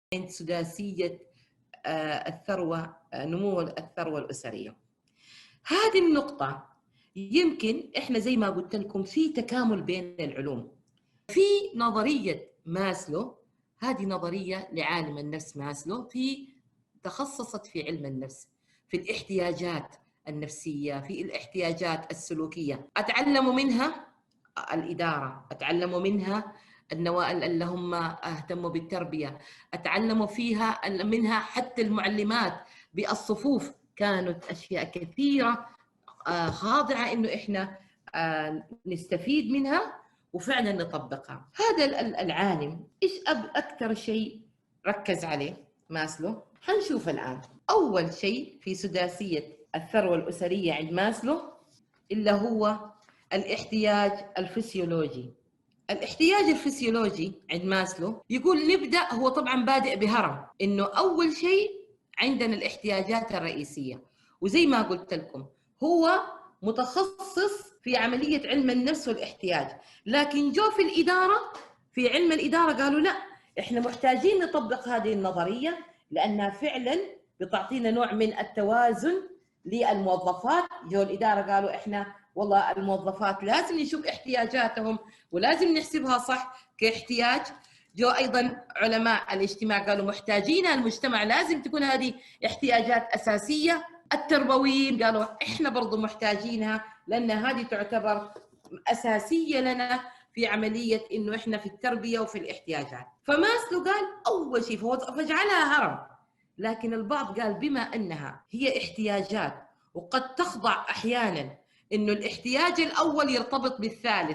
سداسية الثروة، نمو الثروة الأسرية. هذه النقطة يمكن إحنا زي ما قلت لكم في تكامل بين العلوم. في نظرية ماسلو، هذه نظرية لعالم النفس ماسلو، تخصصت في علم النفس، في الاحتياجات النفسية، في الاحتياجات السلوكية. أتعلم منها الإدارة، أتعلم منها اللي هم اهتموا بالتربية، أتعلم منها حتى المعلمات بالصفوف، كانت أشياء كثيرة خاضعة إنه إحنا نستفيد منها وفعلا نطبقها. هذا العالم إيش أكثر شيء ركز عليه ماسلو؟ حنشوف الآن. أول شيء في سداسية الثروة الأسرية عند ماسلو اللي هو الاحتياج الفسيولوجي. الاحتياج الفسيولوجي عند ماسلو يقول نبدأ، هو طبعا بادئ بهرم، إنه أول شيء عندنا الاحتياجات الرئيسية، وزي ما قلت لكم هو متخصص في عملية علم النفس والاحتياج، لكن جو في الإدارة، في علم الإدارة قالوا لا، إحنا محتاجين نطبق هذه النظرية لأنها فعلا بتعطينا نوع من التوازن للموظفات. جو الإدارة قالوا إحنا والله الموظفات لازم نشوف احتياجاتهم ولازم نحسبها صح كاحتياج. جو أيضا علماء الاجتماع قالوا محتاجين المجتمع لازم تكون هذه احتياجات أساسية. التربويين قالوا إحنا برضو محتاجينها لأن هذه تعتبر أساسية لنا في عملية إنه إحنا في التربية وفي الاحتياجات. فماسلو قال أول شيء فجعلها هرم، لكن البعض قال بما أنها هي احتياجات وقد تخضع أحيانا إنه الاحتياج الأول يرتبط بالثالث،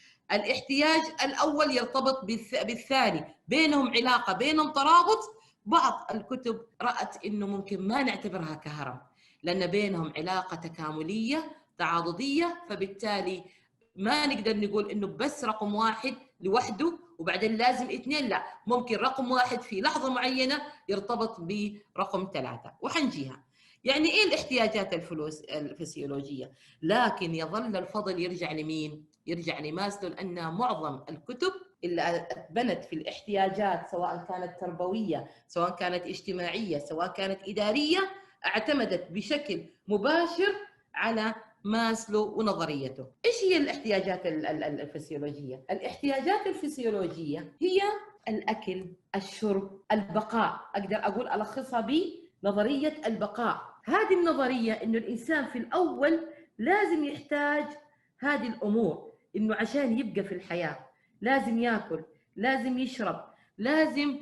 الاحتياج الأول يرتبط بالثاني، بينهم علاقة، بينهم ترابط. بعض الكتب رأت إنه ممكن ما نعتبرها كهرم لأن بينهم علاقة تكاملية تعاضدية، فبالتالي ما نقدر نقول إنه بس رقم واحد لوحده وبعدين لازم اثنين، لا، ممكن رقم واحد في لحظة معينة يرتبط برقم 3 وحنجيها. يعني إيه الاحتياجات الفسيولوجية؟ لكن يظل الفضل يرجع لمين؟ يرجع لماسلو، لأن معظم الكتب اللي اتبنت في الاحتياجات سواء كانت تربوية، سواء كانت اجتماعية، سواء كانت إدارية، اعتمدت بشكل مباشر على ماسلو ونظريته. إيش هي الاحتياجات الفسيولوجية؟ الاحتياجات الفسيولوجية هي الأكل، الشرب، البقاء. أقدر أقول ألخصها بنظرية البقاء. هذه النظرية إنه الإنسان في الأول لازم يحتاج هذه الأمور، إنه عشان يبقى في الحياة لازم يأكل، لازم يشرب، لازم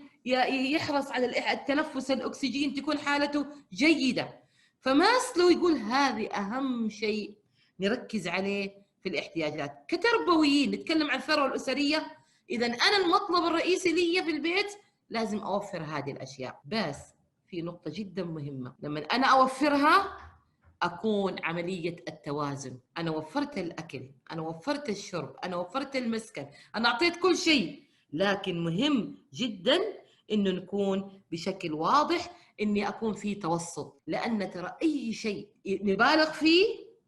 يحرص على التنفس، الأكسجين تكون حالته جيدة. فماسلو يقول هذه أهم شيء نركز عليه في الاحتياجات. كتربويين نتكلم عن الثروة الأسرية، إذا أنا المطلب الرئيسي لي في البيت لازم أوفر هذه الأشياء. بس في نقطة جدا مهمة، لما أنا أوفرها أكون عملية التوازن. أنا وفرت الأكل، أنا وفرت الشرب، أنا وفرت المسكن، أنا أعطيت كل شيء، لكن مهم جدا إنه نكون بشكل واضح إني أكون في توسط، لأن ترى أي شيء نبالغ فيه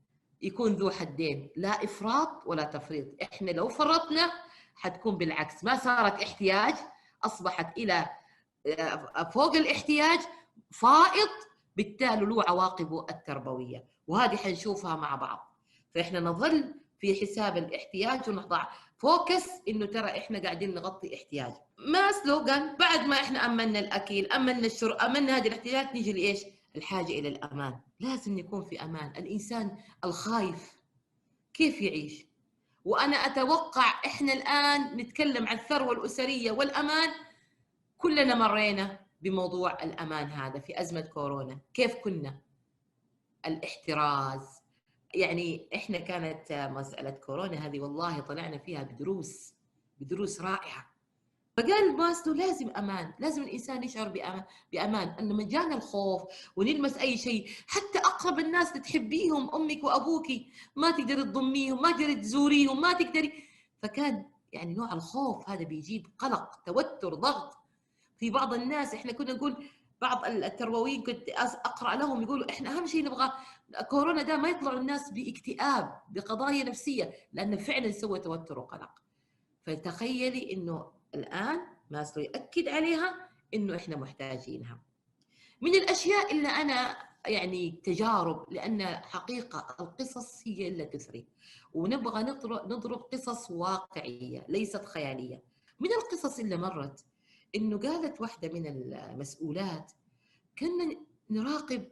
يكون ذو حدين، لا إفراط ولا تفريط. إحنا لو فرطنا حتكون بالعكس، ما صارت احتياج، أصبحت إلى فوق الاحتياج فائض، بالتالي له عواقبه التربوية، وهذه حنشوفها مع بعض. فإحنا نظل في حساب الاحتياج ونضع فوكس إنه ترى إحنا قاعدين نغطي احتياج. ماسلو قال بعد ما إحنا أمنا الأكل، أمنا الشرب، أمنا هذه الاحتياجات، نيجي لإيش؟ الحاجة إلى الأمان. لازم نكون في أمان. الإنسان الخايف كيف يعيش؟ وأنا أتوقع إحنا الآن نتكلم عن الثروة الأسرية والأمان، كلنا مرينا بموضوع الأمان هذا في أزمة كورونا. كيف كنا؟ الاحتراز، يعني إحنا كانت مسألة كورونا هذه والله طلعنا فيها بدروس رائعة. فقال ماسلو لازم أمان، لازم الإنسان يشعر بأمان. أنه من جانا الخوف ونلمس أي شيء، حتى أقرب الناس تحبيهم، أمك وأبوك، ما تقدري تضميهم، ما تقدري تزوريهم، ما تقدري. فكان يعني نوع الخوف هذا بيجيب قلق، توتر، ضغط في بعض الناس. احنا كنا نقول بعض التربويين كنت اقرا لهم يقولوا احنا اهم شيء نبغى كورونا ده ما يطلعوا الناس باكتئاب، بقضايا نفسيه، لانه فعلا سوى توتر وقلق. فتخيلي انه الان ماسلو ياكد عليها إنه إحنا محتاجينها. من الأشياء اللي أنا يعني تجارب، لأن حقيقة القصص هي اللي تثري، ونبغى نضرب قصص واقعية ليست خيالية. من القصص اللي مرت إنه قالت واحدة من المسؤولات كنا نراقب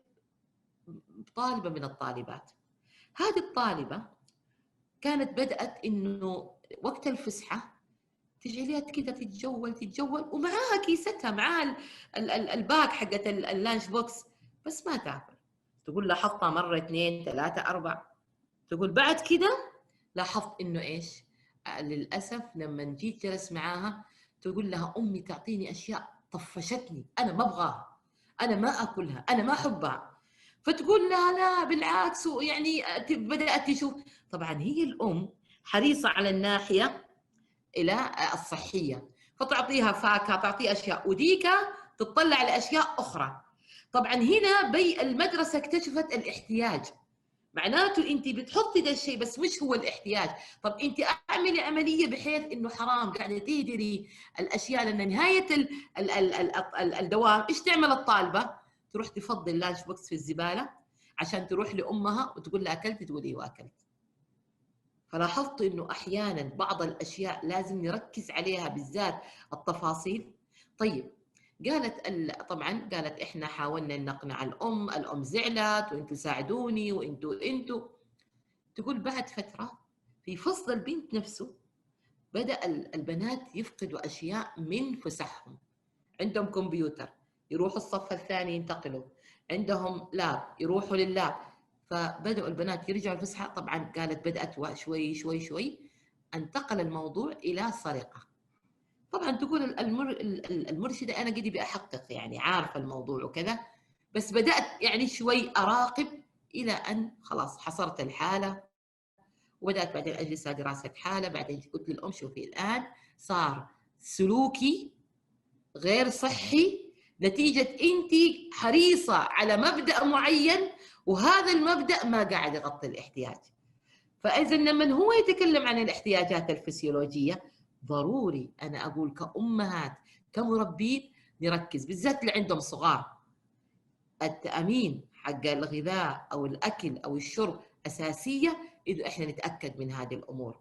طالبة من الطالبات. هذه الطالبة كانت بدأت إنه وقت الفسحة تجعليها كده تتجول ومعاها كيستها، معاها الباك حقت اللانش بوكس، بس ما تاكل. تقول لاحظتها مرة 2 3 4. تقول بعد كده لاحظت إنه إيش؟ للأسف لما جيت جلس معاها تقول لها أمي تعطيني أشياء طفشتني، أنا ما أبغاها، أنا ما أكلها، أنا ما أحبها. فتقول لها لا بالعكس، ويعني بدأت تشوف. طبعا هي الأم حريصة على الناحية إلى الصحية، فتعطيها فاكهة، تعطي أشياء، وديكا تطلع لأشياء أخرى. طبعا هنا المدرسة اكتشفت الاحتياج، معناته انت بتحطي ده الشيء بس مش هو الاحتياج. طب انت اعملي عمليه بحيث انه حرام قاعده تهدري الاشياء، لان نهايه الدوام ايش تعمل الطالبه؟ تروح تفضي اللانش بوكس في الزباله عشان تروح لامها وتقول لها اكلت؟ تقول ايوه اكلت. فلاحظت انه احيانا بعض الاشياء لازم نركز عليها، بالذات التفاصيل. طيب قالت طبعا قالت احنا حاولنا نقنع الام زعلت وانتوا ساعدوني وانتوا. تقول بعد فتره في فصل البنت نفسه بدا البنات يفقدوا اشياء من فسحهم. عندهم كمبيوتر يروحوا الصف الثاني ينتقلوا، عندهم لاب يروحوا لللاب، فبدأوا البنات يرجعوا الفسحة. طبعا قالت بدأت شوي شوي شوي انتقل الموضوع إلى سرقة. طبعا تقول المرشدة أنا قدي بأحقق، يعني عارفة الموضوع وكذا، بس بدأت يعني شوي أراقب إلى أن خلاص حصرت الحالة، وبدأت بعدين أجلس دراسة حالة. بعدين قلت للأم شوفي الآن صار سلوكي غير صحي نتيجة أنت حريصة على مبدأ معين، وهذا المبدأ ما قاعد يغطي الاحتياج. فإذا لما هو يتكلم عن الاحتياجات الفسيولوجية، ضروري أنا أقول كأمهات كمربين نركز، بالذات اللي عندهم صغار. التأمين حق الغذاء أو الأكل أو الشرب أساسية إذا إحنا نتأكد من هذه الأمور.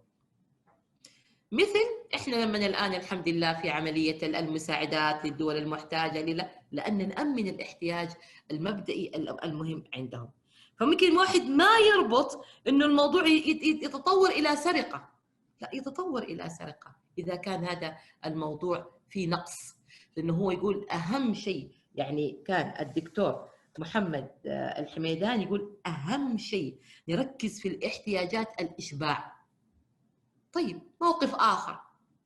مثل إحنا لما الآن الحمد لله في عملية المساعدات للدول المحتاجة، لأن نأمن الاحتياج المبدئي المهم عندهم. فممكن واحد ما يربط إنه الموضوع يتطور إلى سرقة، لا يتطور إلى سرقة إذا كان هذا الموضوع فيه نقص. لأنه هو يقول أهم شيء، يعني كان الدكتور محمد الحميدان يقول أهم شيء نركز في الاحتياجات الإشباع. طيب موقف آخر،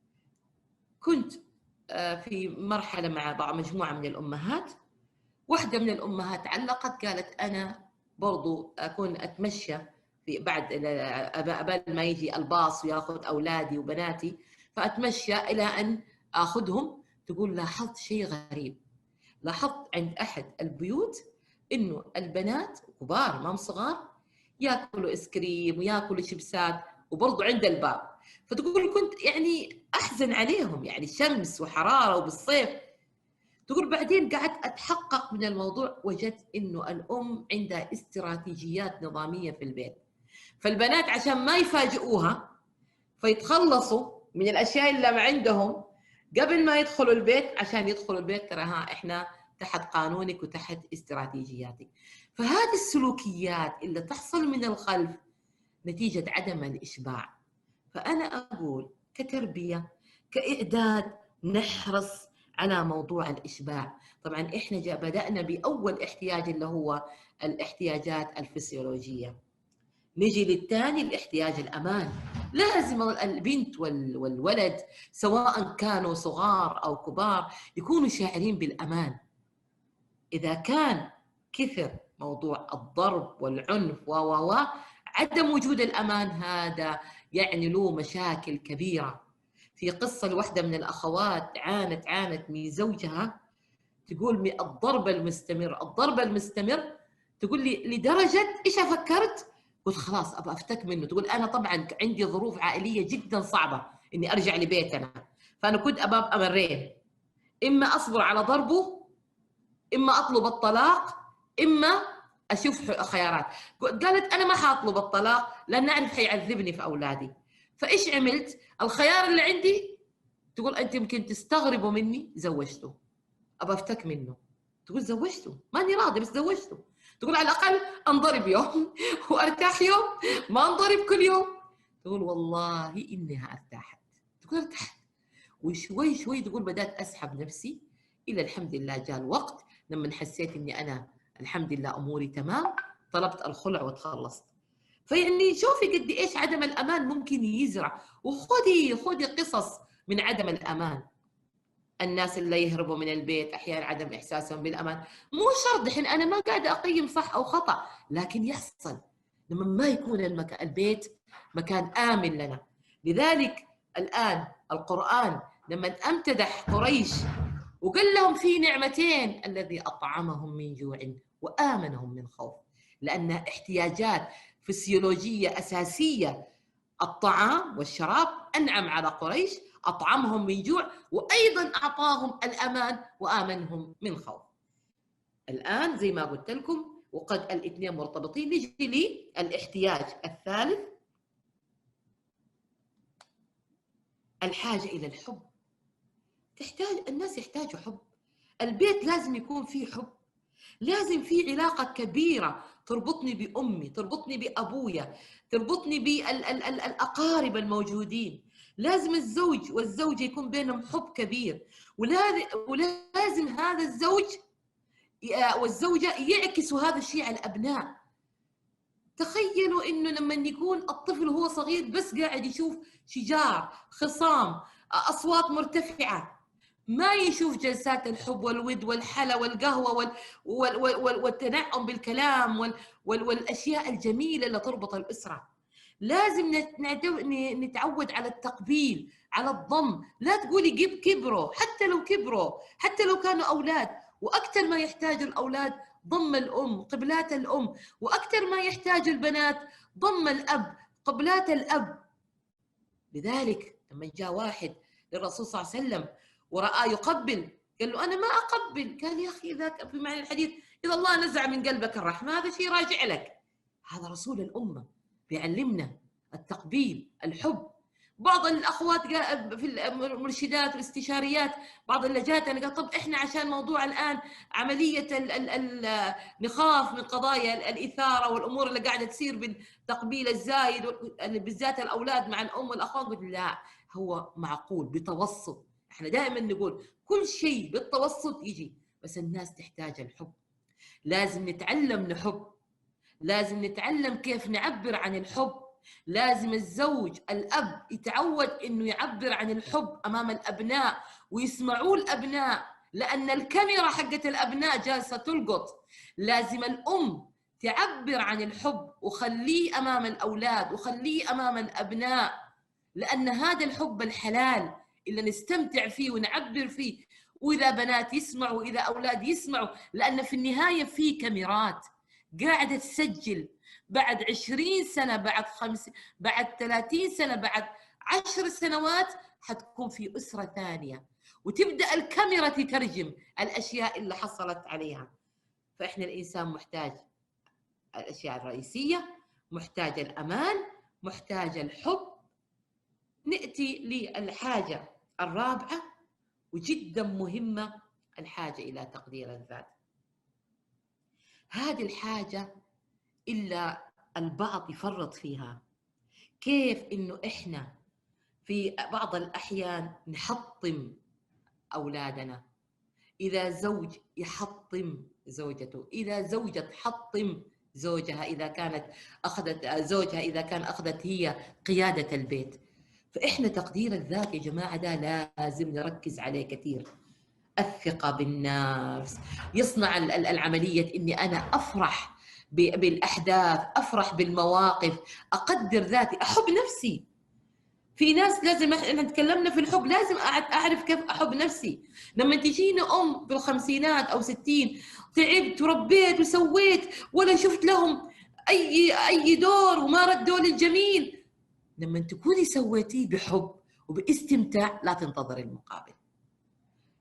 كنت في مرحلة مع مجموعة من الأمهات، واحدة من الأمهات علقت قالت أنا برضو أكون أتمشى في بعد قبل ما يجي الباص وياخذ أولادي وبناتي، فأتمشى إلى أن أخذهم. تقول لاحظت شيء غريب، لاحظت عند أحد البيوت إنه البنات كبار ما هم صغار ياكلوا إيس كريم وياكلوا شيبسات وبرضو عند الباب. فتقول كنت يعني أحزن عليهم، يعني شمس وحرارة وبالصيف. تقول بعدين قعدت أتحقق من الموضوع، وجدت إنه الأم عندها استراتيجيات نظامية في البيت، فالبنات عشان ما يفاجئوها فيتخلصوا من الأشياء اللي عندهم قبل ما يدخلوا البيت، عشان يدخلوا البيت ترى ها إحنا تحت قانونك وتحت استراتيجياتك. فهذه السلوكيات اللي تحصل من الخلف نتيجة عدم الإشباع. فأنا أقول كتربية كإعداد نحرص على موضوع الإشباع. طبعا إحنا بدأنا بأول احتياج اللي هو الاحتياجات الفسيولوجية، نجي للثاني الاحتياج الأمان. لازم البنت والولد سواء كانوا صغار أو كبار يكونوا شاعرين بالأمان. إذا كان كثر موضوع الضرب والعنف عدم وجود الأمان هذا يعني له مشاكل كبيرة. في قصة لوحدة من الأخوات عانت من زوجها، تقول الضرب المستمر، تقول لي لدرجة إيش فكرت؟ قلت خلاص أبغى أفتك منه. تقول أنا طبعا عندي ظروف عائلية جدا صعبة إني أرجع لبيتنا، فأنا كنت أبغى أمرين، إما أصبر على ضربه، إما أطلب الطلاق، إما أشوف خيارات. قالت أنا ما حأطلب الطلاق لأن أعرف حيعذبني في أولادي. فإيش عملت؟ الخيار اللي عندي، تقول أنت يمكن تستغربوا مني، زوجته. أبى أفتك منه. تقول زوجته، ماني راضي بس زوجته. تقول على الأقل أنضرب يوم وأرتاح يوم، ما أنضرب كل يوم. تقول والله إنها ارتاحت. تقول ارتحت، وشوي شوي تقول بدأت أسحب نفسي، إلى الحمد لله جاء الوقت لما حسيت إني أنا الحمد لله أموري تمام، طلبت الخلع وتخلصت. فيعني شوفي قد إيش عدم الأمان ممكن يزرع. وخذي قصص من عدم الأمان. الناس اللي يهربوا من البيت أحيانا عدم إحساسهم بالأمان. مو شرط الحين، أنا ما قاعدة أقيم صح أو خطأ، لكن يحصل لما ما يكون البيت مكان آمن لنا. لذلك الآن القرآن لما امتدح قريش وقال لهم في نعمتين: الذي أطعمهم من جوع وآمنهم من خوف. لأن احتياجات فسيولوجية أساسية، الطعام والشراب، أنعم على قريش، أطعمهم من جوع وأيضا أعطاهم الأمان وآمنهم من خوف. الآن زي ما قلت لكم وقد الاثنين مرتبطين، نجي للاحتياج الثالث، الحاجة إلى الحب. الناس يحتاجوا حب. البيت لازم يكون فيه حب، لازم في علاقة كبيرة تربطني بأمي، تربطني بأبويا، تربطني بالأقارب الموجودين. لازم الزوج والزوجة يكون بينهم حب كبير، ولازم هذا الزوج والزوجة يعكسوا هذا الشيء على الأبناء. تخيلوا إنه لما يكون الطفل وهو صغير بس قاعد يشوف شجار، خصام، أصوات مرتفعة، ما يشوف جلسات الحب والود والحلا والقهوة والتنعم بالكلام والأشياء الجميلة اللي تربط الأسرة. لازم نتعود على التقبيل، على الضم. لا تقولي كبروا، حتى لو كانوا أولاد. وأكثر ما يحتاج الأولاد ضم الأم، قبلات الأم، وأكثر ما يحتاج البنات ضم الأب، قبلات الأب. لذلك لما جاء واحد للرسول صلى الله عليه وسلم ورآه يقبل، قال له أنا ما أقبل. قال يا أخي ذاك في معنى الحديث: إذا الله نزع من قلبك الرحمة هذا شيء راجع لك. هذا رسول الأمة بيعلمنا التقبيل، الحب. بعض الأخوات في المرشدات والاستشاريات، بعض اللي جات أنا قال طب إحنا عشان موضوع الآن عملية نخاف من قضايا الإثارة والأمور اللي قاعدة تصير بالتقبيل الزايد بالذات الأولاد مع الأم والأخوات. قلت لا، هو معقول بتوسط. احنا دائما نقول كل شيء بالتوسط يجي، بس الناس تحتاج الحب. لازم نتعلم نحب، لازم نتعلم كيف نعبر عن الحب. لازم الزوج الأب يتعود إنه يعبر عن الحب أمام الأبناء ويسمعوه الأبناء، لأن الكاميرا حقت الأبناء جالسة تلقط. لازم الأم تعبر عن الحب وخليه أمام الأولاد وخليه أمام الأبناء، لأن هذا الحب الحلال اللي نستمتع فيه ونعبر فيه. وإذا بنات يسمعوا وإذا أولاد يسمعوا، لأن في النهاية في كاميرات قاعدة تسجل. بعد 20 سنة، بعد 30 سنة، بعد 10 سنوات حتكون في أسرة ثانية، وتبدأ الكاميرا تترجم الأشياء اللي حصلت عليها. فإحنا الإنسان محتاج الأشياء الرئيسية، محتاج الأمان، محتاج الحب. نأتي للحاجة الرابعة وجدا مهمة، الحاجة إلى تقدير الذات. هذه الحاجة إلا البعض يفرط فيها. كيف إنه إحنا في بعض الأحيان نحطم أولادنا. إذا زوج يحطم زوجته، إذا زوجة تحطم زوجها، إذا كانت أخذت زوجها، إذا كان أخذت هي قيادة البيت. فإحنا تقدير الذات يا جماعة ده لازم نركز عليه كثير. الثقة بالنفس يصنع العملية إني أنا أفرح بالأحداث، أفرح بالمواقف، أقدر ذاتي، أحب نفسي. في ناس لازم، احنا تكلمنا في الحب، لازم أعرف كيف أحب نفسي. لما تجيني أم بالخمسينات أو 60 تعبت وربيت وسويت ولا شفت لهم أي دور وما ردوا لي الجميل، لما تكوني سويتيه بحب وباستمتاع لا تنتظر المقابل.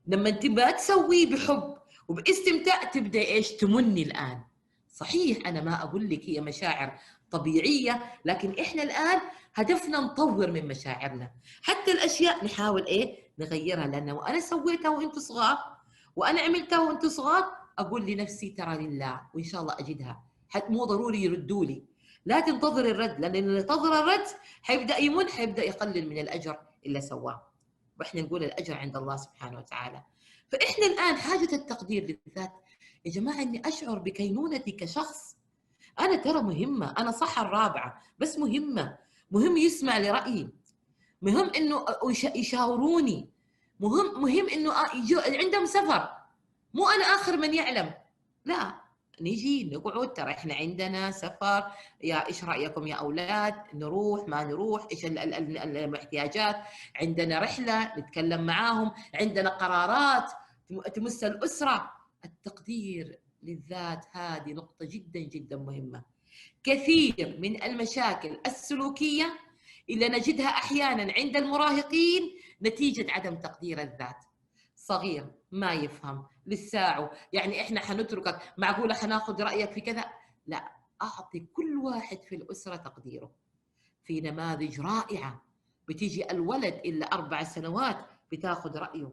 لما تبغى تسويه بحب وباستمتاع تبدا ايش؟ تمني الان. صحيح انا ما اقول لك هي مشاعر طبيعيه، لكن احنا الان هدفنا نطور من مشاعرنا، حتى الاشياء نحاول ايه؟ نغيرها، لانه وانا سويتها وانتم صغار وانا عملتها وانتم صغار اقول لنفسي ترى لله وان شاء الله اجدها، حتى مو ضروري يردوا لي. لا تنتظر الرد، لان اللي ينتظر الرد حيبدا يمن، حيبدا يقلل من الاجر اللي سواه. واحنا نقول الاجر عند الله سبحانه وتعالى. فاحنا الان حاجه التقدير للذات يا جماعه، اني اشعر بكينونتي كشخص. انا ترى مهمه، انا صح الرابعه بس مهمه، مهم يسمع لرايي، مهم انه يشاوروني، مهم انه عندهم سفر، مو انا اخر من يعلم. لا، نجي نقعد ترى احنا عندنا سفر، يا ايش رايكم يا اولاد؟ نروح ما نروح؟ ايش الاحتياجات؟ عندنا رحله نتكلم معاهم، عندنا قرارات تمس الاسره. التقدير للذات هذه نقطه جدا جدا مهمه. كثير من المشاكل السلوكيه اللي نجدها احيانا عند المراهقين نتيجه عدم تقدير الذات. صغير ما يفهم لساعه، يعني احنا حنتركك، معقوله حناخذ رايك في كذا؟ لا، اعطي كل واحد في الاسره تقديره. في نماذج رائعه بتيجي الولد الا 4 سنوات بتاخذ رايه،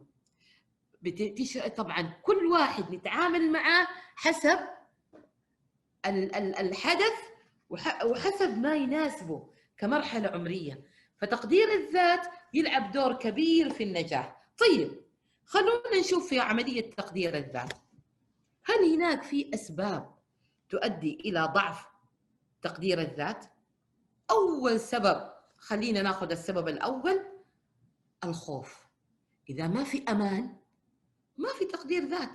طبعا كل واحد نتعامل معاه حسب الحدث وحسب ما يناسبه كمرحله عمريه. فتقدير الذات يلعب دور كبير في النجاح. طيب خلونا نشوف في عمليه تقدير الذات، هل هناك في اسباب تؤدي الى ضعف تقدير الذات؟ اول سبب، خلينا ناخذ السبب الاول، الخوف. اذا ما في امان ما في تقدير ذات.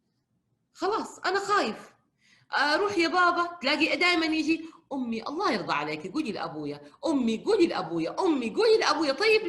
خلاص انا خايف، اروح يا بابا تلاقي دائما يجي امي الله يرضى عليك قولي لابويا، امي قولي لابويا، امي قولي لابويا. طيب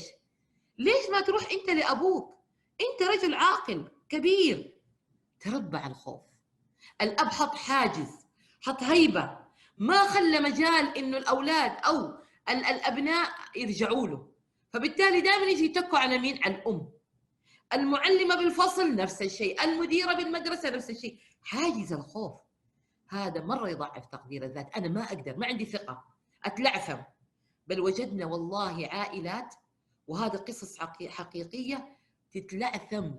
ليش ما تروح انت لابوك؟ انت رجل عاقل كبير. تربى على الخوف. الاب حط حاجز، حط هيبه، ما خلى مجال انه الاولاد او الابناء يرجعوا له. فبالتالي دائما يجي يتكوا على مين؟ على الام. المعلمه بالفصل نفس الشيء، المديره بالمدرسه نفس الشيء. حاجز الخوف هذا مره يضعف تقدير الذات. انا ما اقدر، ما عندي ثقه، اتلعثم. بل وجدنا والله عائلات، وهذا قصص حقيقيه، تتلعثم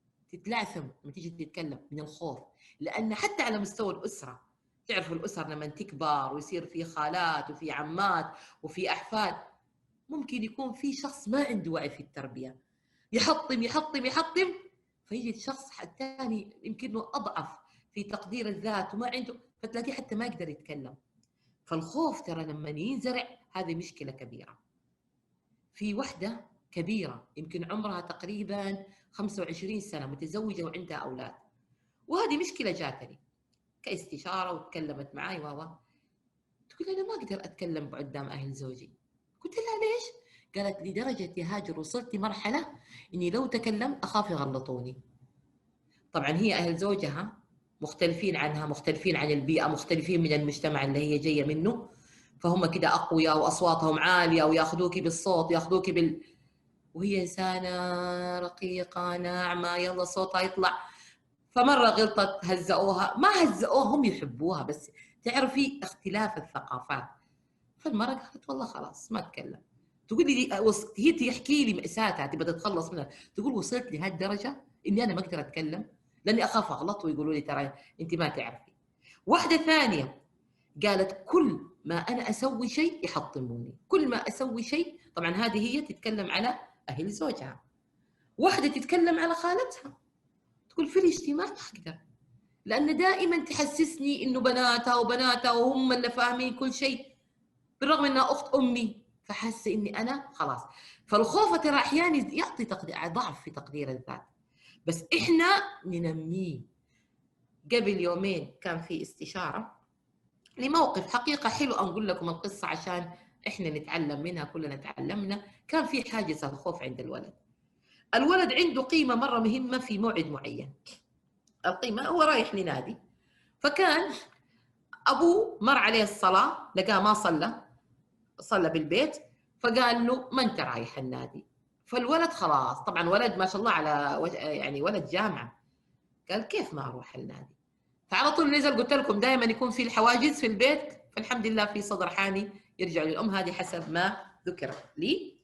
لما تيجي تتكلم من الخوف. لان حتى على مستوى الاسره، تعرفوا الاسر لما تكبر ويصير في خالات وفي عمات وفي احفاد، ممكن يكون في شخص ما عنده وعي في التربيه، يحطم يحطم يحطم، فيجي الشخص الثاني يمكنه اضعف في تقدير الذات وما عنده، فتلاقيه حتى ما يقدر يتكلم. فالخوف ترى لما ينزرع هذه مشكله كبيره. في وحده كبيره يمكن عمرها تقريبا 25 سنه، متزوجه وعندها اولاد، وهذه مشكله جاتني كاستشاره وتكلمت معي تقول انا ما اقدر اتكلم قدام اهل زوجي. قلت لها ليش؟ قالت لدرجه يا هاجر وصلت مرحله اني لو تكلمت اخاف يغلطوني. طبعا هي اهل زوجها مختلفين عنها، مختلفين عن البيئه، مختلفين من المجتمع اللي هي جايه منه، فهم كده اقوياء واصواتهم عاليه وياخذوكي بالصوت ياخذوكي وهي انسانه رقيقه ناعمه يلا صوتها يطلع. فمره غلطت هزئوها، ما هزئوها هم يحبوها، بس تعرفي اختلاف الثقافات. فالمره قالت والله خلاص ما اتكلم. تقول لي هي تحكي لي مأساتها تبغى تتخلص منها، تقول وصلت لهالدرجه اني انا ما اقدر اتكلم لاني اخاف اغلط ويقولوا لي ترى انت ما تعرفي. واحده ثانيه قالت كل ما انا اسوي شيء يحطموني، كل ما اسوي شيء. طبعا هذه هي تتكلم على اهل زوجها. واحده تتكلم على خالتها، تقول في الاجتماع ما اقدر، لان دائما تحسسني انه بناتها وهم اللي فاهمين كل شيء، بالرغم انها اخت امي، فحاسه اني انا خلاص. فالخوف ترى احيانا يعطي ضعف في تقدير الذات، بس احنا ننميه. قبل يومين كان في استشاره لموقف حقيقه حلو، اقول لكم القصه عشان احنا نتعلم منها، كلنا تعلمنا. كان في حاجز الخوف عند الولد عنده قيمه مره مهمه في موعد معين. القيمه هو رايح لنادي، فكان ابوه مر عليه الصلاه لقاه ما صلى بالبيت، فقال له ما انت رايح النادي. فالولد خلاص، طبعا ولد ما شاء الله على يعني ولد جامعه، قال كيف ما اروح النادي؟ فعلى طول نزل. قلت لكم دائما يكون في الحواجز في البيت، فالحمد لله في صدر حاني يرجع للام، هذه حسب ما ذكر لي.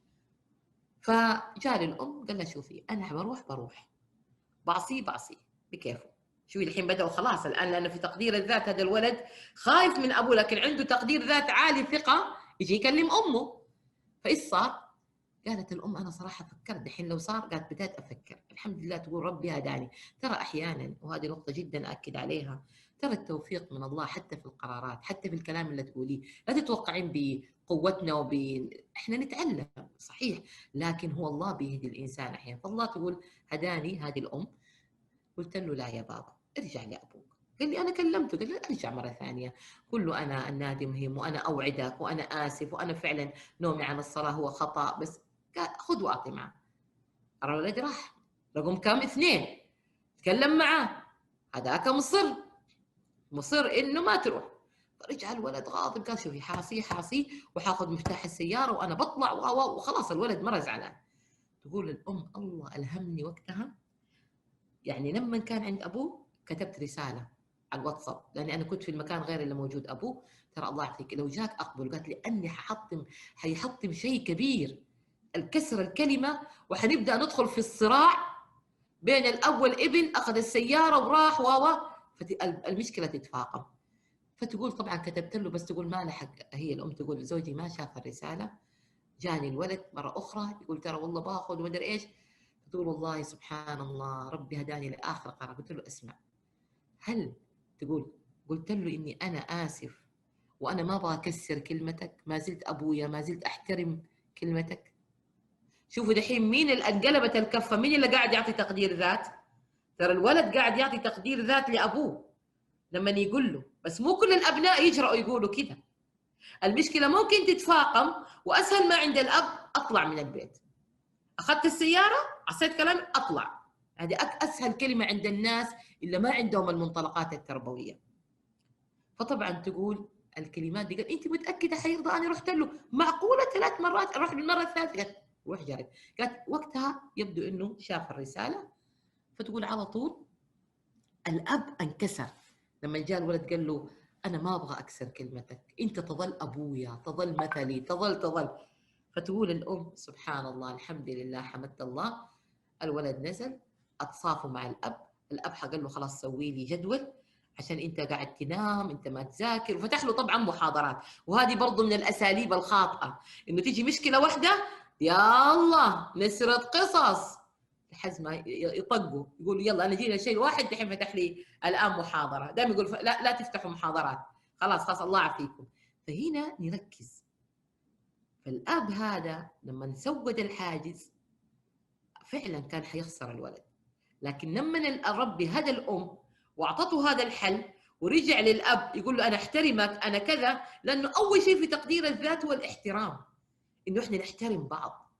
فجاء للام قال لها شوفي انا بروح بعصيه بكيفه. شوفي الحين بدأوا خلاص الان، لانه في تقدير الذات هذا الولد خايف من ابوه لكن عنده تقدير ذات عالي، ثقه، يجي يكلم امه. فايش صار؟ قالت الام انا صراحه فكرت دحين لو صار، قالت بدأت افكر الحمد لله، تقول ربي هداني. ترى احيانا، وهذه نقطه جدا اكد عليها، ترى التوفيق من الله حتى في القرارات، حتى في الكلام اللي تقوليه. لا تتوقعين بقوتنا احنا نتعلم صحيح، لكن هو الله بيهدي الانسان احيانا. فالله تقول هداني هذه الام. قلت له لا يا بابا ارجع لابوك. قال لي انا كلمته، قال لي ارجع مره ثانيه، قل له انا النادي مهم وانا اوعدك وانا اسف وانا فعلا نومي عن الصلاه هو خطا، بس خذ واعطي معه. الولد راح رقم كم 2 تكلم معاه، هذاك مصر انه ما تروح. فرجع الولد غاضب، قال شوفي حاصي وحاخذ مفتاح السياره وانا بطلع وخلاص. الولد مره زعلان. تقول الام الله الهمني وقتها، يعني لما كان عند ابوه كتبت رساله على الواتساب، لاني انا كنت في المكان غير اللي موجود ابوه. ترى الله يعطيك لو جاك اقبل، قالت لي اني حيحطم شيء كبير، الكسر الكلمه، وحنبدا ندخل في الصراع بين الاب والابن. اخذ السياره وراح المشكله تتفاقم. فتقول طبعا كتبت له، بس تقول ما لحق. هي الام تقول زوجي ما شاف الرساله، جاني الولد مره اخرى يقول ترى والله باخذ وما ادري ايش. تقول والله سبحان الله ربي هداني لاخر قرار. قلت له اسمع، هل تقول قلت له اني انا اسف وانا ما ابغى اكسر كلمتك، ما زلت ابويا، ما زلت احترم كلمتك. شوفوا دحين مين اللي انقلبت الكفه، مين اللي قاعد يعطي تقدير ذات؟ ترى الولد قاعد يعطي تقدير ذات لابوه لما يقول له، بس مو كل الابناء يجرؤوا يقولوا كده. المشكله ممكن تتفاقم، واسهل ما عند الاب اطلع من البيت، اخذت السياره عصيت كلام اطلع. هذه اسهل كلمه عند الناس اللي ما عندهم المنطلقات التربويه. فطبعا تقول الكلمات دي، قال انت متاكده حيرضى؟ انا رحت له معقوله 3 مرات، اروح بالمره الثالثه، قالت روح جرب. قالت وقتها يبدو انه شاف الرساله. فتقول على طول الاب انكسر لما جاء الولد قال له انا ما ابغى اكسر كلمتك، انت تظل ابويا، تظل مثلي، تظل. فتقول الام سبحان الله الحمد لله حمدت الله. الولد نزل اتصافوا مع الاب قال له خلاص سوي لي جدول عشان انت قاعد تنام، انت ما تذاكر. وفتح له طبعا محاضرات. وهذه برضو من الاساليب الخاطئه، انه تيجي مشكله واحده يا الله نسرة قصص لحد ما يطقوا، يقولوا يلا انا جينا شيء واحد دحين فتح لي الان محاضره. دائما يقول لا تفتحوا محاضرات، خلاص الله يعافيكم. فهنا نركز. فالاب هذا لما سود الحاجز فعلا كان حيخسر الولد، لكن لما ربي هدى الام واعطته هذا الحل ورجع للاب يقول له انا احترمك انا كذا، لانه اول شيء في تقدير الذات هو الاحترام، انه احنا نحترم بعض.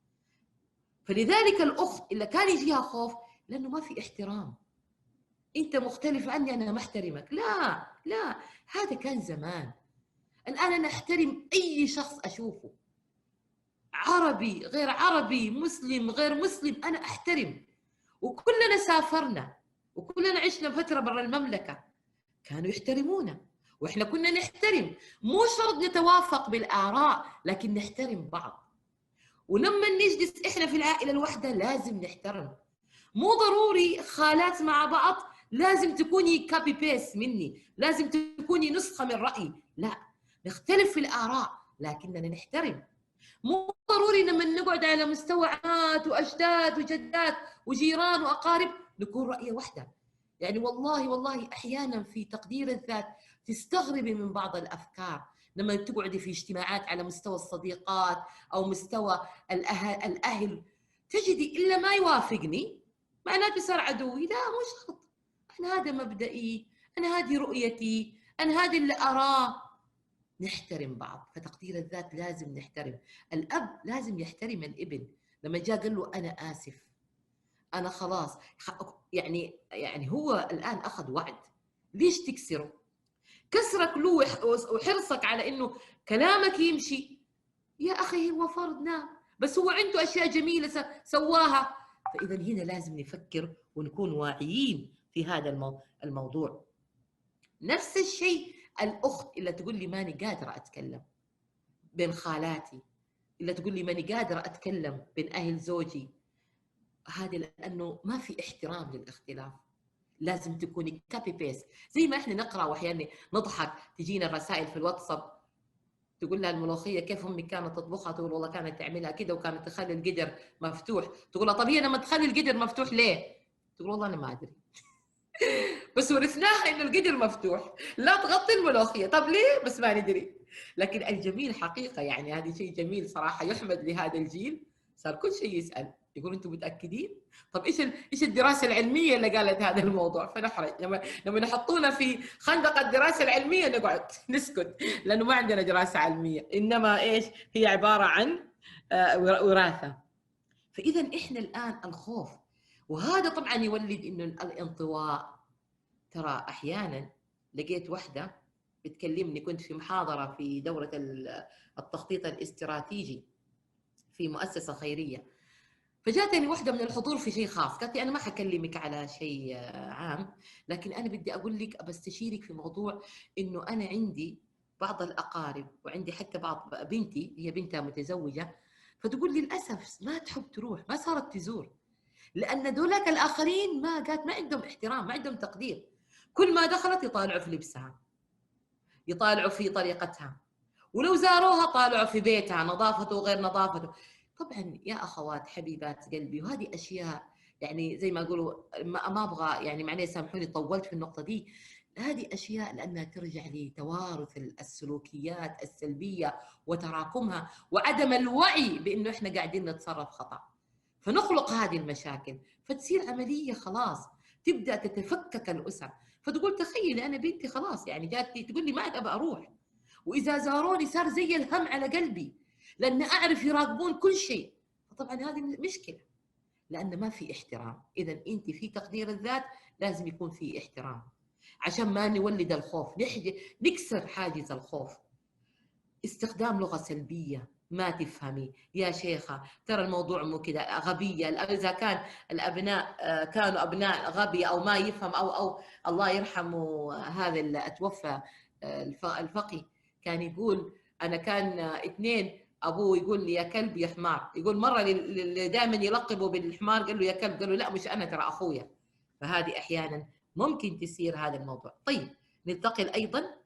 فلذلك الاخت اللي كان يجيها خوف لانه ما في احترام، انت مختلف عني انا ما احترمك. لا هذا كان زمان. الان انا احترم اي شخص اشوفه، عربي غير عربي، مسلم غير مسلم، انا احترم. وكلنا سافرنا وكلنا عشنا فتره برا المملكه، كانوا يحترمونا واحنا كنا نحترم. مو شرط نتوافق بالاراء لكن نحترم بعض. ولما نجلس احنا في العائله الواحده لازم نحترم. مو ضروري خالات مع بعض لازم تكوني كابي بيست مني، لازم تكوني نسخه من رايي، لا، نختلف في الاراء لكننا نحترم. مو ضروري لما نقعد على مستوى عمات واجداد وجدات وجيران واقارب نكون راي واحده. يعني والله احيانا في تقدير الذات تستغربي من بعض الافكار لما تقعدي في اجتماعات على مستوى الصديقات او مستوى الاهل تجدي الا ما يوافقني معناته صار عدوي. لا مو شرط، انا هذا مبدئي، انا هذه رؤيتي، انا هذه اللي اراه. نحترم بعض. فتقدير الذات لازم نحترم. الاب لازم يحترم الابن. لما جاء قال له انا اسف، انا خلاص يعني هو الان اخذ وعد، ليش تكسره؟ كسرك له وحرصك على انه كلامك يمشي، يا اخي هو فرض نام. بس هو عنده اشياء جميله سواها. فاذا هنا لازم نفكر ونكون واعيين في هذا الموضوع. نفس الشيء الاخت اللي تقول لي ماني قادره اتكلم بين خالاتي، اللي تقول لي ماني قادره اتكلم بين اهل زوجي، هذا لانه ما في احترام للاختلاف. لازم تكوني كابي بيست، زي ما احنا نقرا واحيانا نضحك، تجينا الرسائل في الواتساب تقول لها الملوخيه كيف امك كانت تطبخها، تقول والله كانت تعملها كده وكانت تخلي القدر مفتوح، تقول لها طب هي لما تخلي القدر مفتوح ليه؟ تقول والله انا ما ادري بس ورثناها انه القدر مفتوح لا تغطي الملوخيه، طب ليه؟ بس ما ندري. لكن الجميل حقيقه يعني هذا شيء جميل صراحه يحمد لهذا الجيل، صار كل شيء يسال، يقول انتم متاكدين؟ طب ايش الدراسه العلميه اللي قالت هذا الموضوع؟ فنحرج لما يحطونا في خندق الدراسه العلميه نقعد نسكت، لانه ما عندنا دراسه علميه، انما ايش هي عباره عن وراثه. فاذا احنا الان الخوف، وهذا طبعا يولد انه الانطواء. ترى احيانا لقيت واحده بتكلمني، كنت في محاضره في دوره التخطيط الاستراتيجي في مؤسسه خيريه، فجاتني واحده من الحضور في شيء خاص، قالت لي انا ما حكلمك على شيء عام، لكن انا بدي اقول لك بستشيرك في موضوع انه انا عندي بعض الاقارب وعندي حتى بعض بنتي، هي بنتها متزوجه، فتقول لي للاسف ما تحب تروح، ما صارت تزور، لان ذولاك الاخرين ما عندهم احترام، ما عندهم تقدير، كل ما دخلت يطالعوا في لبسها، يطالعوا في طريقتها، ولو زاروها طالعوا في بيتها نظافته وغير نظافته. طبعا يا اخوات حبيبات قلبي، وهذه اشياء يعني زي ما اقولوا ما ابغى يعني معليه سامحوني طولت في النقطه دي، هذه اشياء لانها ترجع لتوارث السلوكيات السلبيه وتراكمها وعدم الوعي بانه احنا قاعدين نتصرف خطا، فنخلق هذه المشاكل، فتصير عمليه خلاص تبدا تتفكك الاسر. فتقول تخيلي انا بنتي خلاص يعني جاتني تقول لي ما عاد ابى اروح، واذا زاروني صار زي الهم على قلبي، لان اعرف يراقبون كل شيء. فطبعا هذه مشكله، لان ما في احترام. اذا انت في تقدير الذات لازم يكون في احترام، عشان ما نولد الخوف، نكسر حاجز الخوف. استخدام لغه سلبيه، ما تفهمي يا شيخه ترى الموضوع مو كذا، غبيه. اذا كان الابناء كانوا ابناء غبي او ما يفهم او الله يرحمه هذا اللي اتوفى الفقي، كان يقول انا كان اثنين ابوه يقول لي يا كلب يا حمار، يقول مره اللي دائما يلقبه بالحمار قال له يا كلب، قال له لا مش انا ترى اخويا. فهذه احيانا ممكن تصير هذا الموضوع. طيب ننتقل ايضا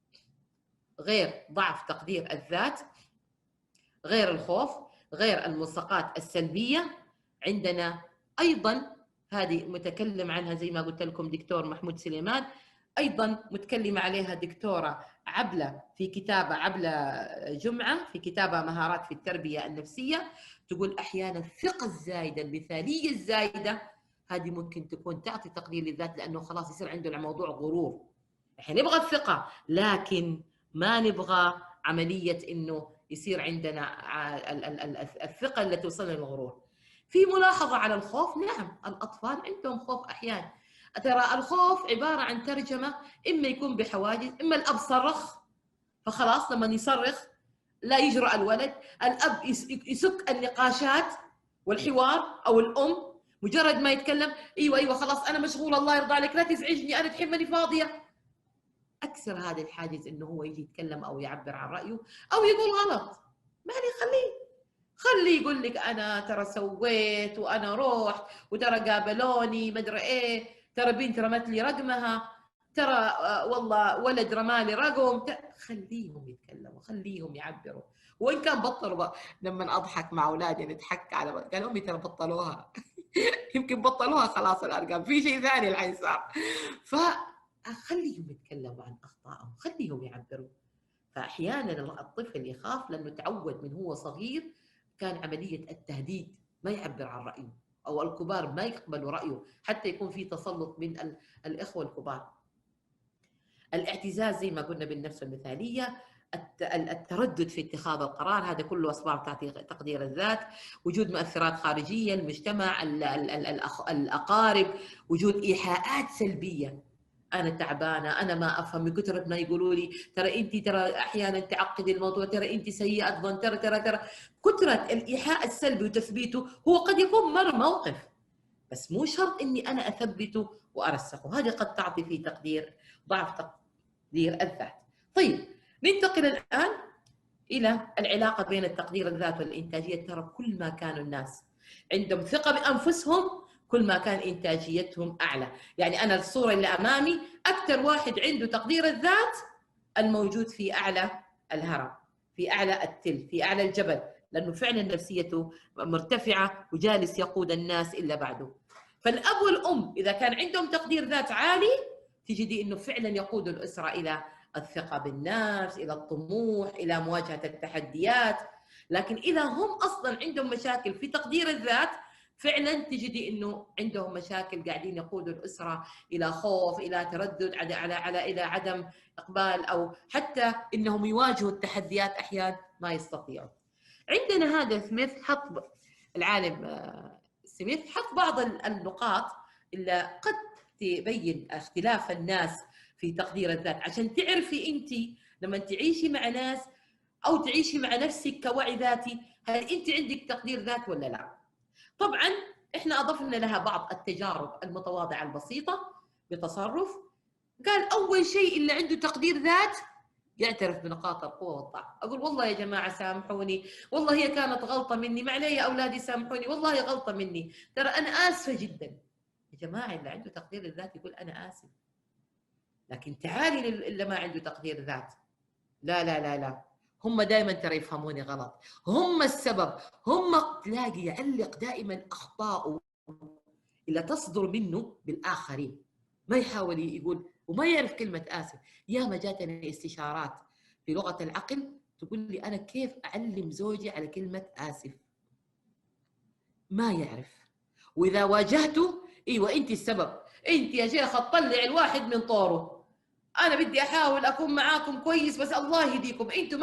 غير ضعف تقدير الذات، غير الخوف، غير الملصقات السلبيه، عندنا ايضا هذه متكلم عنها زي ما قلت لكم دكتور محمود سليمان، ايضا متكلمه عليها دكتوره عبله في كتابه عبله جمعه في كتابها مهارات في التربيه النفسيه، تقول احيانا الثقه الزايده المثاليه الزايده هذه ممكن تكون تعطي تقدير للذات، لانه خلاص يصير عنده الموضوع غرور. احنا نبغى الثقه لكن ما نبغى عمليه انه يصير عندنا الثقه اللي توصلنا للغرور. في ملاحظه على الخوف، نعم الاطفال عندهم خوف احيانا، ترى الخوف عباره عن ترجمه، اما يكون بحواجز، اما الاب صرخ فخلاص لما يصرخ لا يجرأ الولد، الاب يسك النقاشات والحوار، او الام مجرد ما يتكلم ايوه خلاص انا مشغول الله يرضى عليك لا تزعجني انا تحب ماني فاضيه. اكسر هذا الحاجز انه هو يجي يتكلم او يعبر عن رايه او يقول غلط، ماني خليه يقول لك انا ترى سويت وانا رحت وترى قابلوني مدري ايه، ترى بنت رمت لي رقمها، ترى والله ولد رمالي رقم، خليهم يتكلموا خليهم يعبروا. وان كان بطلوا لما اضحك مع اولادي نضحك على قال امي ترى بطلوها يمكن بطلوها خلاص الارقام في شيء ثاني الحين صار. فخليهم يتكلموا عن اخطائهم خليهم يعبروا. فاحيانا الطفل يخاف لانه تعود من هو صغير كان عمليه التهديد ما يعبر عن رايه، او الكبار ما يقبلوا رايه حتى يكون في تسلط من الاخوه الكبار. الاعتزاز زي ما قلنا بالنفس المثاليه، التردد في اتخاذ القرار، هذا كله اسباب تعطي تقدير الذات. وجود مؤثرات خارجيه، المجتمع، الاقارب، وجود ايحاءات سلبيه. انا تعبانه، انا ما افهم، من كثر ما يقولوا لي ترى انت ترى احيانا تعقدي الموضوع، ترى انت سيئه ظن، ترى كثره الايحاء السلبي وتثبيته هو قد يكون مر موقف، بس مو شرط اني انا اثبته وارسخه. هذه قد تعطي في تقدير ضعف تقدير الذات. طيب ننتقل الان الى العلاقه بين التقدير الذات والانتاجيه. ترى كل ما كانوا الناس عندهم ثقه بانفسهم كل ما كان انتاجيتهم اعلى. يعني انا الصوره اللي امامي اكثر واحد عنده تقدير الذات الموجود في اعلى الهرم، في اعلى التل، في اعلى الجبل، لانه فعلا نفسيته مرتفعه وجالس يقود الناس الا بعده. فالاب والام اذا كان عندهم تقدير ذات عالي تجدي انه فعلا يقود الاسره الى الثقه بالنفس، الى الطموح، الى مواجهه التحديات. لكن اذا هم اصلا عندهم مشاكل في تقدير الذات فعلا تجدي انه عندهم مشاكل قاعدين يقودوا الاسره الى خوف، الى تردد، الى عدم اقبال، او حتى انهم يواجهوا التحديات احيانا ما يستطيعوا. عندنا هذا سميث العالم سميث حط بعض النقاط اللي قد تبين اختلاف الناس في تقدير الذات، عشان تعرفي انت لما تعيشي مع ناس او تعيشي مع نفسك كوعي ذاتي هل انت عندك تقدير ذات ولا لا. طبعا احنا اضفنا لها بعض التجارب المتواضعه البسيطه بتصرف. قال اول شيء اللي عنده تقدير ذات يعترف بنقاط القوه والضعف. اقول والله يا جماعه سامحوني، والله هي كانت غلطه مني، ما علي يا اولادي سامحوني، والله غلطه مني، ترى انا اسفه جدا. يا جماعه اللي عنده تقدير الذات يقول انا اسف. لكن تعالي اللي ما عنده تقدير ذات، لا لا لا لا، هم دائما ترى يفهموني غلط، هم السبب، هم تلاقي يعلق دائما اخطاءه اللي تصدر منه بالاخرين، ما يحاول يقول وما يعرف كلمه اسف. يا ما جاتني استشارات في لغه العقل تقول لي انا كيف اعلم زوجي على كلمه اسف، ما يعرف. واذا واجهته ايوه انت السبب، انت يا شيخ تطلع الواحد من طوره، انا بدي احاول اكون معاكم كويس بس الله يهديكم انتم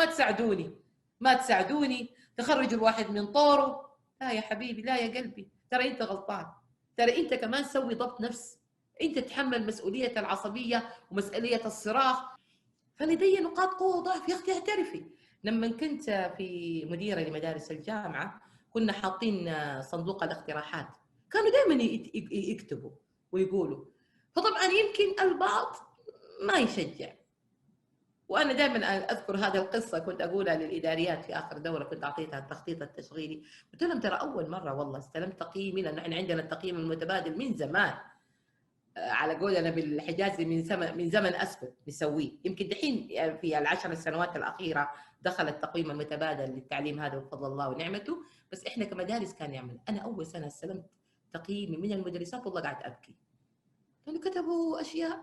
ما تساعدوني تخرجوا الواحد من طوره. لا يا حبيبي، لا يا قلبي، ترى انت غلطان، ترى انت كمان سوي ضبط نفس، انت تحمل مسؤوليه العصبيه ومسؤوليه الصراخ. فلدي نقاط قوه وضعف يا اختي اعترفي. لما كنت في مديره لمدارس الجامعه كنا حاطين صندوق الاقتراحات، كانوا دائما يكتبوا ويقولوا. فطبعا يمكن البعض ما يشجع، وانا دائما اذكر هذه القصه كنت اقولها للاداريات في اخر دوره كنت اعطيتها التخطيط التشغيلي. قلت لهم ترى اول مره والله استلمت تقييمي، لانه احنا عندنا التقييم المتبادل من زمان، على قولنا بالحجازي من زمن اسود نسويه. يمكن دحين في العشر السنوات الاخيره دخل التقييم المتبادل للتعليم هذا بفضل الله ونعمته، بس احنا كمدارس كان يعمل. انا اول سنه استلمت تقييمي من المدرسات والله قعدت ابكي، لانه كتبوا اشياء.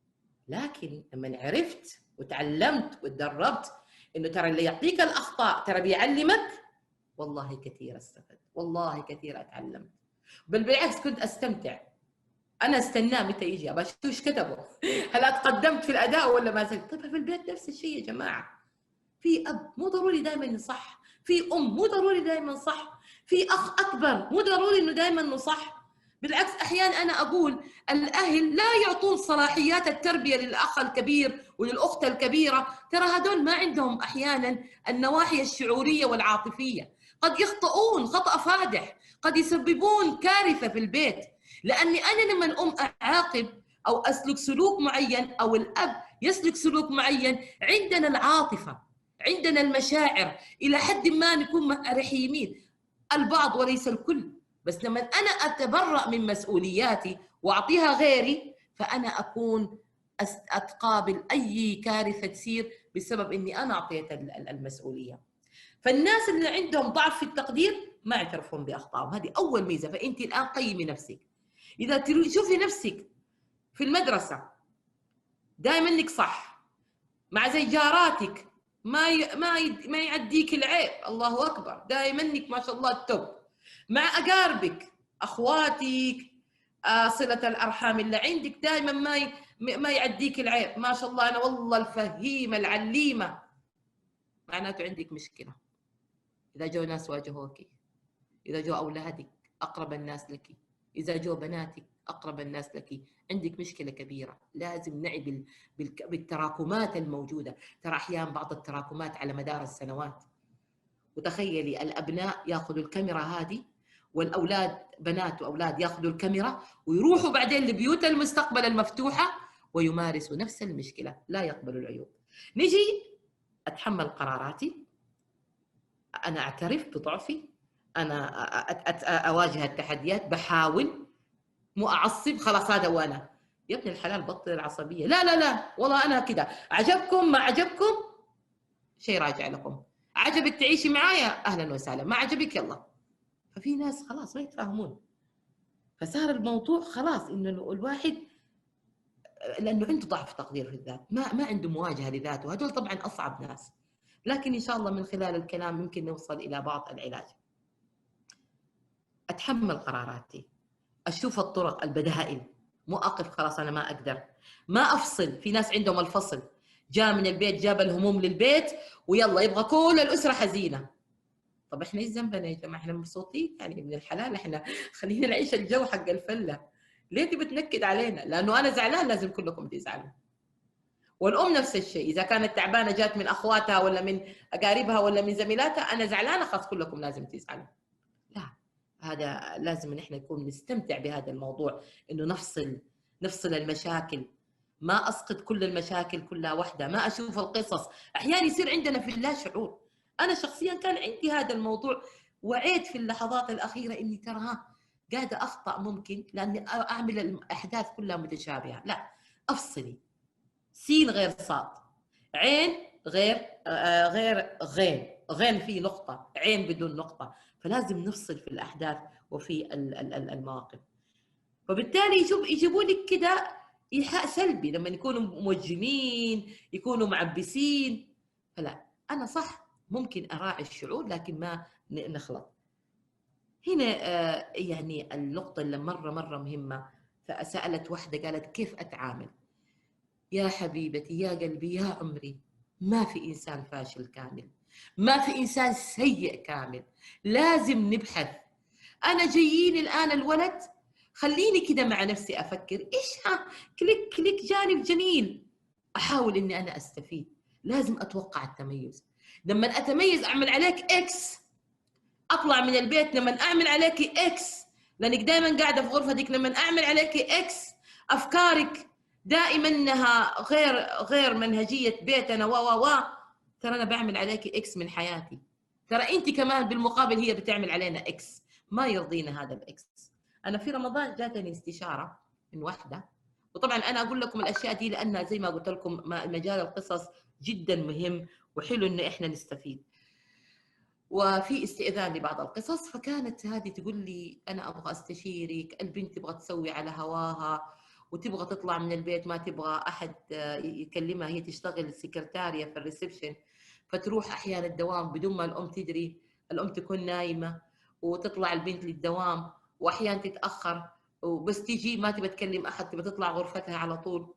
لكن لما عرفت وتعلمت وتدربت انه ترى اللي يعطيك الاخطاء ترى بيعلمك، والله كثير استفدت، والله كثير اتعلمت، بل بالعكس كنت استمتع. انا استناه متى يجي ابى اشوف ايش كتبوا هل اتقدمت في الاداء ولا ما زلت. طيب في البيت نفس الشيء يا جماعه، في اب مو ضروري دائما يصح، في ام مو ضروري دائما صح، في اخ اكبر مو ضروري انه دائما نصح. بالعكس احيانا انا اقول الاهل لا يعطون صلاحيات التربيه للاخ الكبير وللاخت الكبيره، ترى هذول ما عندهم احيانا النواحي الشعوريه والعاطفيه، قد يخطئون خطا فادح، قد يسببون كارثه في البيت. لاني انا لما الام اعاقب او اسلك سلوك معين او الاب يسلك سلوك معين، عندنا العاطفه، عندنا المشاعر، الى حد ما نكون رحيمين البعض وليس الكل. بس لما انا اتبرأ من مسؤولياتي واعطيها غيري فانا اكون اتقابل اي كارثه تصير بسبب اني انا اعطيت المسؤوليه. فالناس اللي عندهم ضعف في التقدير ما يعترفون باخطائهم، هذه اول ميزه. فانت الان قيمي نفسك، اذا تشوفي نفسك في المدرسه دائما انك صح، مع زي جاراتك ما يعديك العيب، الله اكبر، دائما انك ما شاء الله التوب، مع اقاربك اخواتك صله الارحام اللي عندك دائما ما يعديك العيب، ما شاء الله انا والله الفهيمه العليمه، معناته عندك مشكله. اذا جو ناس واجهوك، اذا جو اولادك اقرب الناس لك، اذا جو بناتك أقرب الناس لك، عندك مشكلة كبيرة، لازم نعي بالتراكمات الموجودة. ترى أحيانا بعض التراكمات على مدار السنوات. وتخيلي الأبناء يأخذوا الكاميرا هذه، والأولاد بنات وأولاد يأخذوا الكاميرا ويروحوا بعدين لبيوت المستقبل المفتوحة ويمارسوا نفس المشكلة، لا يقبلوا العيوب. نجي أتحمل قراراتي، أنا أعترف بضعفي، أنا أواجه التحديات، بحاول، مو أعصب خلاص هذا وأنا. يا ابن الحلال بطل العصبية، لا لا لا والله أنا كده، عجبكم ما عجبكم شيء راجع لكم، عجبك تعيشي معايا أهلا وسهلا، ما عجبك يلا. ففي ناس خلاص ما يتفاهمون، فصار الموضوع خلاص إنه الواحد لأنه عنده ضعف تقدير في الذات، ما عنده مواجهة لذاته، هذول طبعا أصعب ناس. لكن إن شاء الله من خلال الكلام ممكن نوصل إلى بعض العلاج. أتحمل قراراتي، أشوف الطرق البدائل، مو أقف خلاص أنا ما أقدر، ما أفصل. في ناس عندهم الفصل، جاء من البيت جاب الهموم للبيت ويلا يبغى كل الأسرة حزينة. طب إحنا إيش ذنبنا يا جماعة؟ إحنا مبسوطين يعني من الحلال، إحنا خلينا نعيش الجو حق الفلة. ليه تبي تنكد علينا؟ لأنه أنا زعلان لازم كلكم تزعلوا. والأم نفس الشيء، إذا كانت تعبانة جات من أخواتها ولا من أقاربها ولا من زميلاتها، أنا زعلانة خلاص كلكم لازم تزعلوا. لا، هذا لازم نحن نكون نستمتع بهذا الموضوع، إنه نفصل المشاكل، ما أسقط كل المشاكل كلها واحدة، ما أشوف القصص. أحيانا يصير عندنا في اللا شعور. أنا شخصيا كان عندي هذا الموضوع، وعيت في اللحظات الأخيرة إني ترى قاعدة أخطأ ممكن لأني أعمل الأحداث كلها متشابهة. لا، أفصلي، سين غير صاد، عين غير غين، غين في نقطة، عين بدون نقطة. فلازم نفصل في الأحداث وفي المواقف. فبالتالي يجيبوا لك كده إيحاء سلبي لما يكونوا موجمين، يكونوا معبسين. فلا، أنا صح ممكن أراعي الشعور لكن ما نخلط. هنا يعني النقطة اللي مرة مهمة. فسألت واحدة قالت كيف أتعامل؟ يا حبيبتي يا قلبي يا عمري، ما في إنسان فاشل كامل، ما في إنسان سيء كامل، لازم نبحث. أنا جايين الآن الولد، خليني كده مع نفسي أفكر إيش كليك جانب جميل، أحاول إني أنا أستفيد. لازم أتوقع التميز. لما أتميز أعمل عليك إكس، أطلع من البيت لما أعمل عليك إكس، لأنك دائما قاعدة في غرفتك لما أعمل عليك إكس، أفكارك دائما انها غير منهجيه بيتنا ترى انا بعمل عليكي اكس من حياتي، ترى انت كمان بالمقابل هي بتعمل علينا اكس، ما يرضينا هذا الاكس. انا في رمضان جاتني استشاره من واحده، وطبعا انا اقول لكم الاشياء دي لانها زي ما قلت لكم مجال القصص جدا مهم وحلو ان احنا نستفيد، وفي استئذان لبعض القصص. فكانت هذه تقول لي انا ابغى استشيرك، البنت تبغى تسوي على هواها وتبغى تطلع من البيت، ما تبغى احد يكلمها، هي تشتغل سكرتاريه في الريسبشن، فتروح احيانا الدوام بدون ما الام تدري، الام تكون نايمه وتطلع البنت للدوام، واحيانا تتاخر وبس تيجي ما تبغى تكلم احد، تبغى تطلع غرفتها على طول،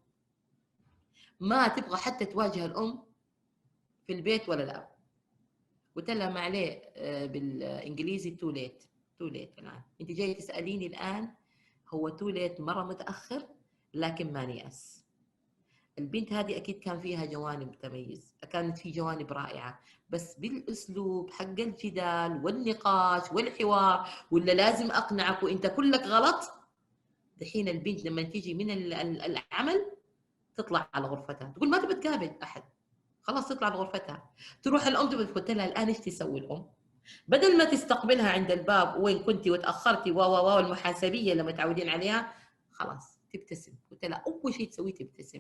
ما تبغى حتى تواجه الام في البيت ولا الاب. قلت لها ما عليه بالانجليزي تو ليت الان، انت جاي تساليني الان، هو تو ليت مره متاخر، لكن ما نيأس. البنت هذه اكيد كان فيها جوانب تميز، كانت في جوانب رائعه، بس بالاسلوب حق الجدال والنقاش والحوار، ولا لازم اقنعك وانت كلك غلط. دحين البنت لما تيجي من العمل تطلع على غرفتها، تقول ما تبي تقابل احد، خلاص تطلع بغرفتها. تروح الام قلت لها الان ايش تسوي الام؟ بدل ما تستقبلها عند الباب وين كنتي وتاخرتي المحاسبيه اللي متعودين عليها، خلاص تبتسم. قلت لها اول شيء تسويه تبتسم.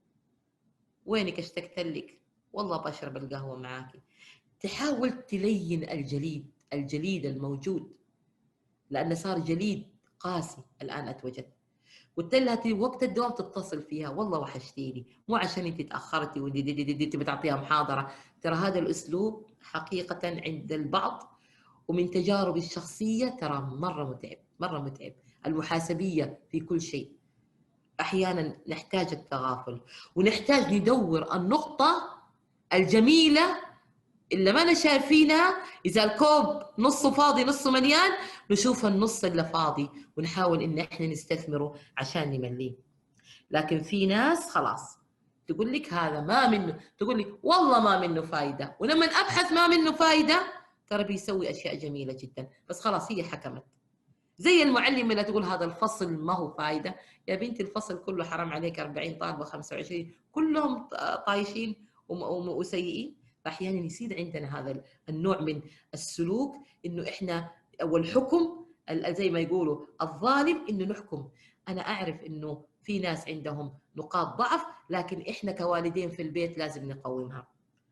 وينك اشتقت لك، والله بشرب القهوه معاكي. تحاول تلين الجليد الموجود، لانه صار جليد قاسي الان اتوجد. قلت لها وقت الدوام تتصل فيها، والله وحشتيني، مو عشان انت تاخرتي ودي بتعطيها محاضره. ترى هذا الاسلوب حقيقه عند البعض ومن تجاربي الشخصيه ترى مره متعب. المحاسبيه في كل شيء، احيانا نحتاج التغافل ونحتاج ندور النقطه الجميله إلا ما أنا شايفينها. إذا الكوب نصه فاضي نصه مليان، نشوف النص اللي فاضي ونحاول إن إحنا نستثمره عشان نمليه. لكن في ناس خلاص تقول لك هذا ما منه، تقول لك والله ما منه فايدة، ولما أبحث ما منه فايدة ترى بيسوي أشياء جميلة جدا، بس خلاص هي حكمت. زي المعلمة اللي تقول هذا الفصل ما هو فايدة. يا بنتي الفصل كله حرام عليك، 40 طالبة 25 كلهم طايشين وسيئين. فأحيانا يصير عندنا هذا النوع من السلوك، إنه إحنا والحكم زي ما يقولوا الظالم، إنه نحكم. أنا أعرف إنه في ناس عندهم نقاط ضعف، لكن إحنا كوالدين في البيت لازم نقومها.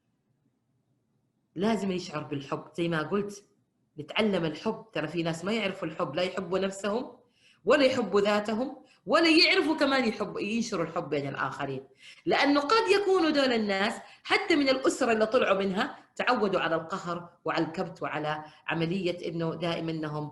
لازم يشعر بالحب زي ما قلت، نتعلم الحب. ترى في ناس ما يعرفوا الحب، لا يحبوا نفسهم ولا يحبوا ذاتهم ولا يعرفوا كمان ينشروا الحب بين الآخرين. لأنه قد يكونوا دول الناس حتى من الأسرة اللي طلعوا منها تعودوا على القهر وعلى الكبت وعلى عملية إنه دائما إنهم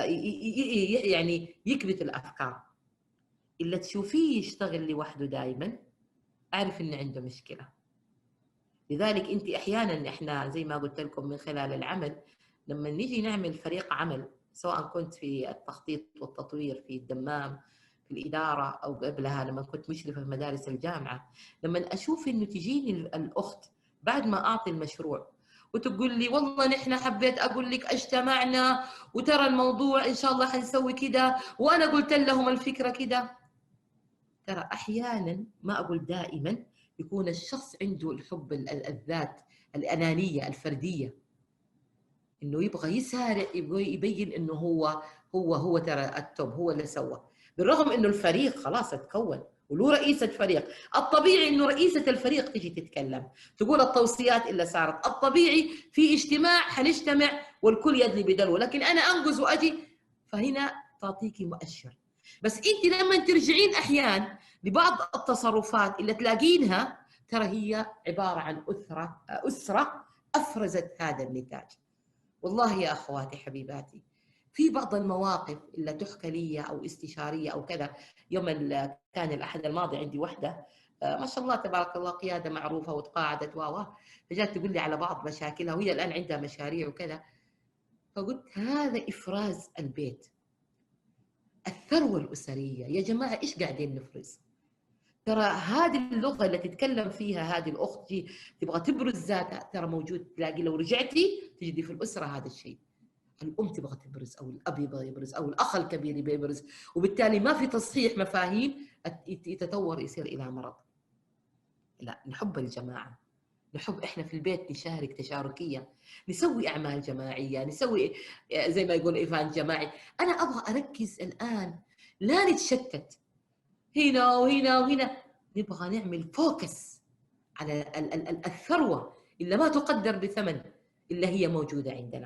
يعني يكبت الأفكار. اللي تشوفيه يشتغل لوحده دائما أعرف إنه عنده مشكلة. لذلك أنت أحيانا إحنا زي ما قلت لكم من خلال العمل، لما نيجي نعمل فريق عمل، سواء كنت في التخطيط والتطوير في الدمام في الإدارة، أو قبلها لما كنت مشرفة في مدارس الجامعة، لما أشوف إنه تجيني الأخت بعد ما أعطي المشروع وتقول لي والله نحن حبيت أقول لك اجتمعنا وترى الموضوع إن شاء الله حنسوي كده وأنا قلت لهم الفكرة كده. ترى أحيانا، ما أقول دائما، يكون الشخص عنده الحب الذات، الأنانية الفردية، انه يبغى يسارع، يبغى يبين انه هو ترى التوب، هو اللي سوى، بالرغم انه الفريق خلاص اتكون وله رئيسة فريق. الطبيعي انه رئيسة الفريق تجي تتكلم تقول التوصيات اللي صارت، الطبيعي في اجتماع حنجتمع والكل يدلي بدلو، لكن انا انقز واجي، فهنا تعطيكي مؤشر. بس انت لما ترجعين احيان لبعض التصرفات اللي تلاقينها، ترى هي عبارة عن أسرة أفرزت هذا النتاج. والله يا أخواتي حبيباتي، في بعض المواقف اللي تحكى لي أو استشارية أو كذا. يوم كان الأحد الماضي عندي وحدة ما شاء الله تبارك الله قيادة معروفة وتقاعدت فجات تقول لي على بعض مشاكلها، وهي الآن عندها مشاريع وكذا. فقلت هذا إفراز البيت، الثروة الأسرية. يا جماعة إيش قاعدين نفرز؟ ترى هذه اللغة اللي تتكلم فيها هذه الأخت دي تبغى تبرز ذاتها، ترى موجود. تلاقي لو رجعتي تجدي في الأسرة هذا الشيء. الأم تبغى تبرز أو الأب يبغى يبرز أو الأخ الكبير يبغى يبرز، وبالتالي ما في تصحيح مفاهيم، يتطور يصير إلى مرض. لا، نحب الجماعة، نحب إحنا في البيت نشارك تشاركية، نسوي أعمال جماعية، نسوي زي ما يقول إيفان جماعي. أنا أبغى أركز الآن، لا نتشتت هنا وهنا وهنا، نبغى نعمل فوكس على الثروة اللي ما تقدر بثمن، اللي هي موجودة عندنا.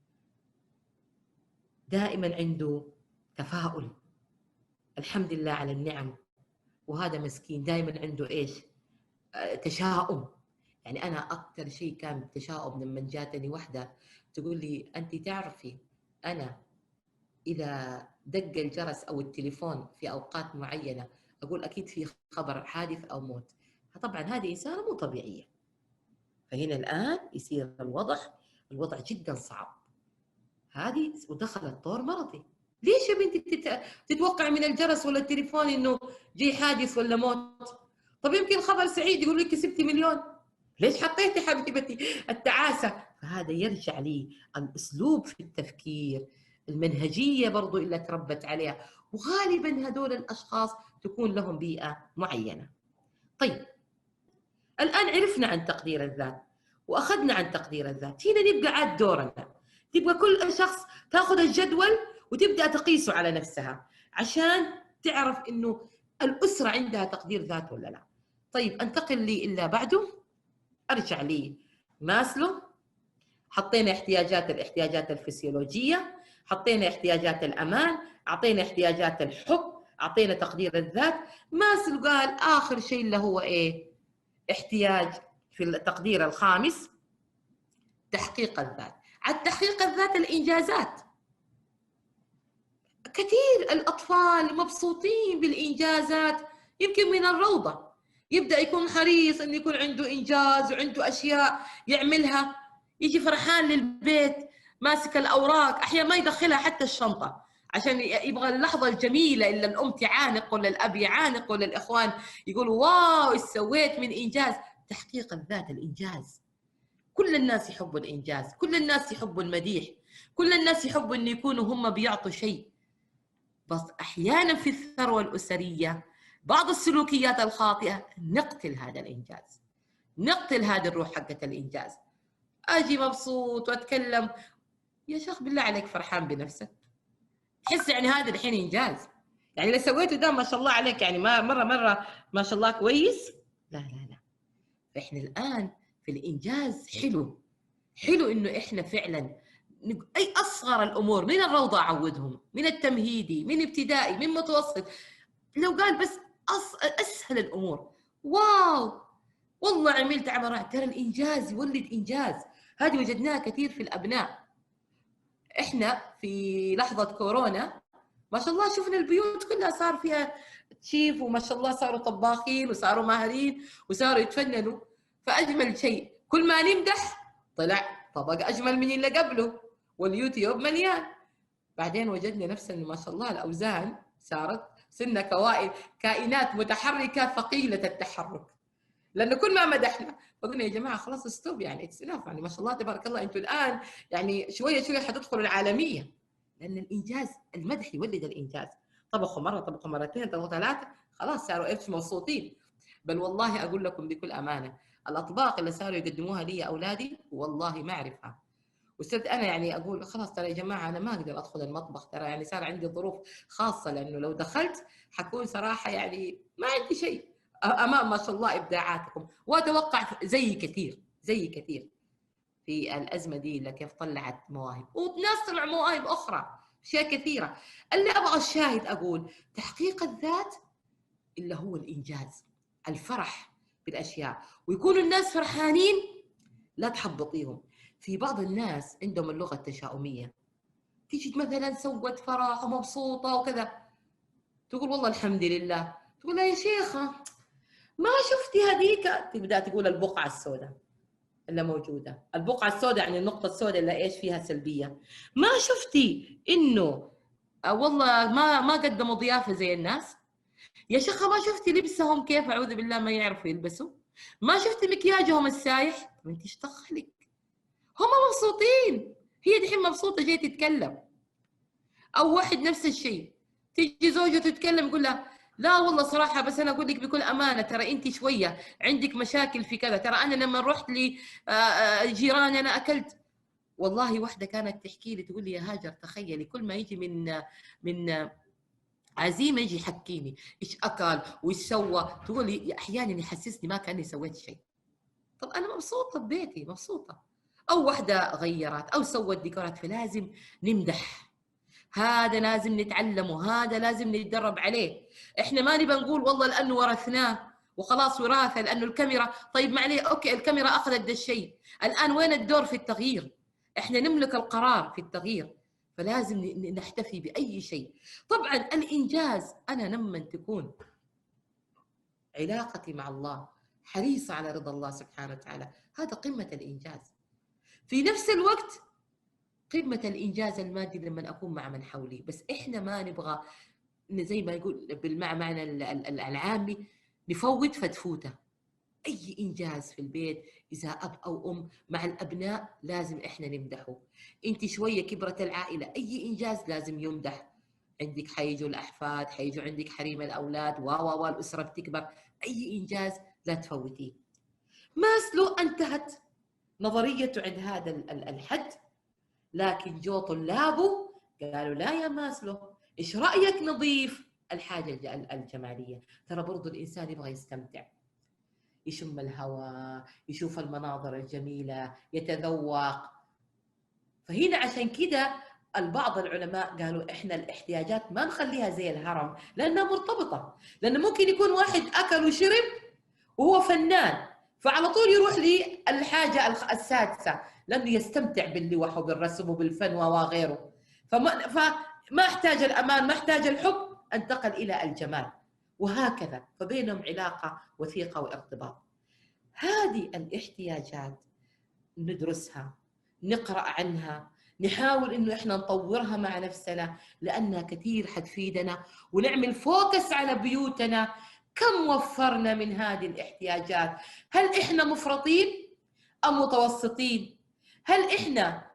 دائما عنده تفاؤل، الحمد لله على النعم. وهذا مسكين دائما عنده ايش؟ تشاؤم. يعني انا اكثر شيء كان تشاؤم لما جاتني وحده تقول لي انت تعرفي انا اذا دق الجرس او التليفون في اوقات معينه اقول اكيد في خبر حادث او موت. فطبعا هذه انسانه مو طبيعيه. فهنا الان يصير الوضع جدا صعب. هذه ودخلت طور مرضي. ليش يا بنتي تتوقع من الجرس ولا التليفون انه جاي حادث ولا موت؟ طب يمكن خبر سعيد يقول لك كسبتي مليون. ليش حطيتي حبيبتي التعاسة؟ فهذا يرجع لي الاسلوب في التفكير، المنهجية برضو اللي تربت عليها، وغالبا هدول الاشخاص تكون لهم بيئة معينة. طيب الان عرفنا عن تقدير الذات واخذنا عن تقدير الذات، هنا نبقى عاد دورنا. تبقى كل شخص تاخذ الجدول وتبدا تقيسه على نفسها عشان تعرف انه الاسره عندها تقدير ذات ولا لا. طيب انتقل لي الا بعده، ارجع لي ماسلو. حطينا الاحتياجات الفسيولوجيه، حطينا احتياجات الامان، اعطينا احتياجات الحب، اعطينا تقدير الذات. ماسلو قال اخر شيء اللي هو ايه؟ احتياج في التقدير الخامس تحقيق الذات. على تحقيق الذات الإنجازات. كثير الأطفال مبسوطين بالإنجازات، يمكن من الروضة يبدأ يكون حريص أن يكون عنده إنجاز وعنده أشياء يعملها. يجي فرحان للبيت ماسك الاوراق، احيانا ما يدخلها حتى الشنطه عشان يبغى اللحظه الجميله اللي الام تعانق ولا الاب يعانق ولا الاخوان يقولوا واو ايش سويت من انجاز. تحقيق الذات الانجاز. كل الناس يحبوا الانجاز، كل الناس يحبوا المديح، كل الناس يحبوا ان يكونوا هم بيعطوا شيء. بس احيانا في الثروه الاسريه بعض السلوكيات الخاطئه نقتل هذا الانجاز، نقتل هذه الروح حقت الانجاز. اجي مبسوط واتكلم، يا شيخ بالله عليك فرحان بنفسك؟ تحس يعني هذا الحين انجاز؟ يعني اللي سويته ده ما شاء الله عليك يعني ما مره ما شاء الله كويس؟ لا لا لا. فاحنا الان في الانجاز حلو، حلو انه احنا فعلا اي اصغر الامور، من الروضه اعودهم، من التمهيدي، من ابتدائي، من متوسط. لو قال بس اسهل الامور، واو والله عملت عمل، ترى الانجاز يولد انجاز. هذه وجدناها كثير في الابناء. احنا في لحظه كورونا ما شاء الله شفنا البيوت كلها صار فيها تشيف، وما شاء الله صاروا طباخين وصاروا ماهرين وصاروا يتفننوا. فاجمل شيء كل ما نمدح طلع طبق اجمل من اللي قبله، واليوتيوب مليان. بعدين وجدنا نفسنا ما شاء الله الاوزان صارت صرنا كائنات متحركه ثقيله التحرك، لانه كل ما مدحنا قلنا يا جماعه خلاص ستوب، يعني اتس انف، يعني ما شاء الله تبارك الله انتم الان يعني شويه شويه حتدخلوا العالميه. لان الانجاز، المدح يولد الانجاز. طبخوا مره، طبخوا مرتين، طبخوا ثلاثه، خلاص صاروا ايش مبسوطين. بل والله اقول لكم بكل امانه الاطباق اللي صاروا يقدموها لي اولادي والله ما اعرفها. وصرت انا يعني اقول خلاص ترى يا جماعه انا ما اقدر ادخل المطبخ، ترى يعني صار عندي ظروف خاصه، لانه لو دخلت حكون صراحه يعني ما عندي شيء امام ما شاء الله ابداعاتكم. واتوقع زي كثير زي كثير في الازمه دي اللي كيف طلعت مواهب، وناس طلعوا مواهب اخرى اشياء كثيره. اللي ابغى الشاهد اقول تحقيق الذات اللي هو الانجاز، الفرح بالاشياء، ويكونوا الناس فرحانين، لا تحبطيهم. في بعض الناس عندهم اللغه التشاؤميه، تيجي مثلا سوت فرح ومبسوطه وكذا، تقول والله الحمد لله، تقول يا شيخه ما شفتي هذيك، تبدا تقول البقعه السوداء اللي موجوده، البقعه السوداء يعني النقطه السوداء اللي ايش فيها سلبيه. ما شفتي انه والله ما قدموا ضيافه زي الناس؟ يا شيخه ما شفتي لبسهم كيف، اعوذ بالله ما يعرفوا يلبسوا؟ ما شفتي مكياجهم السايح؟ انت ايش دخلك؟ هم مبسوطين، هي دحين مبسوطه جايه تتكلم. او واحد نفس الشيء، تيجي زوجته تتكلم يقول لها لا والله صراحه بس انا اقول لك بكل امانه ترى انت شويه عندك مشاكل في كذا، ترى انا لما رحت لي جيراني انا اكلت. والله واحده كانت تحكي لي تقول لي يا هاجر تخيلي كل ما يجي من عزيمه يجي يحكيني ايش اكل وايش سوى، تقول لي احيانا يحسسني ما كاني سويت شيء. طب انا مبسوطه ببيتي مبسوطه. او واحده غيرت او سوت ديكورات، فلازم نمدح، هذا لازم نتعلمه، هذا لازم نتدرب عليه. احنا ما نبى نقول والله لانه ورثناه وخلاص وراثه، لانه الكاميرا طيب ما عليه اوكي الكاميرا اخذت ده الشيء، الان وين الدور في التغيير؟ احنا نملك القرار في التغيير، فلازم نحتفي باي شيء. طبعا الانجاز انا لما تكون علاقتي مع الله حريصه على رضا الله سبحانه وتعالى، هذا قمه الانجاز. في نفس الوقت قمة الإنجاز المادي لما أكون مع من حولي، بس إحنا ما نبغى زي ما يقول بالمعنى العامي نفوت فتفوته. أي إنجاز في البيت إذا أب أو أم مع الأبناء لازم إحنا نمدحه. أنت شوية كبرت العائلة، أي إنجاز لازم يمدح. عندك حيجوا الأحفاد، حيجوا عندك حريم الأولاد، والأسرة بتكبر، أي إنجاز لا تفوتيه. ماسلو انتهت نظريته عند هذا الحد، لكن جو طلابه قالوا لا يا ماسلو، ايش رايك نضيف الحاجه الجماليه؟ ترى برضو الانسان يبغى يستمتع، يشم الهواء، يشوف المناظر الجميله، يتذوق. فهنا عشان كده البعض العلماء قالوا احنا الاحتياجات ما نخليها زي الهرم لانها مرتبطه، لانه ممكن يكون واحد اكل وشرب وهو فنان فعلى طول يروح للحاجه السادسه لانه يستمتع باللوح وبالرسم وبالفن وغيره، فما احتاج الامان، ما احتاج الحب، انتقل الى الجمال، وهكذا. فبينهم علاقه وثيقه وارتباط. هذه الاحتياجات ندرسها نقرأ عنها، نحاول إنه إحنا نطورها مع نفسنا، لأنها كثير حتفيدنا، ونعمل فوكس على بيوتنا. كم وفرنا من هذه الاحتياجات؟ هل إحنا مفرطين أم متوسطين؟ هل إحنا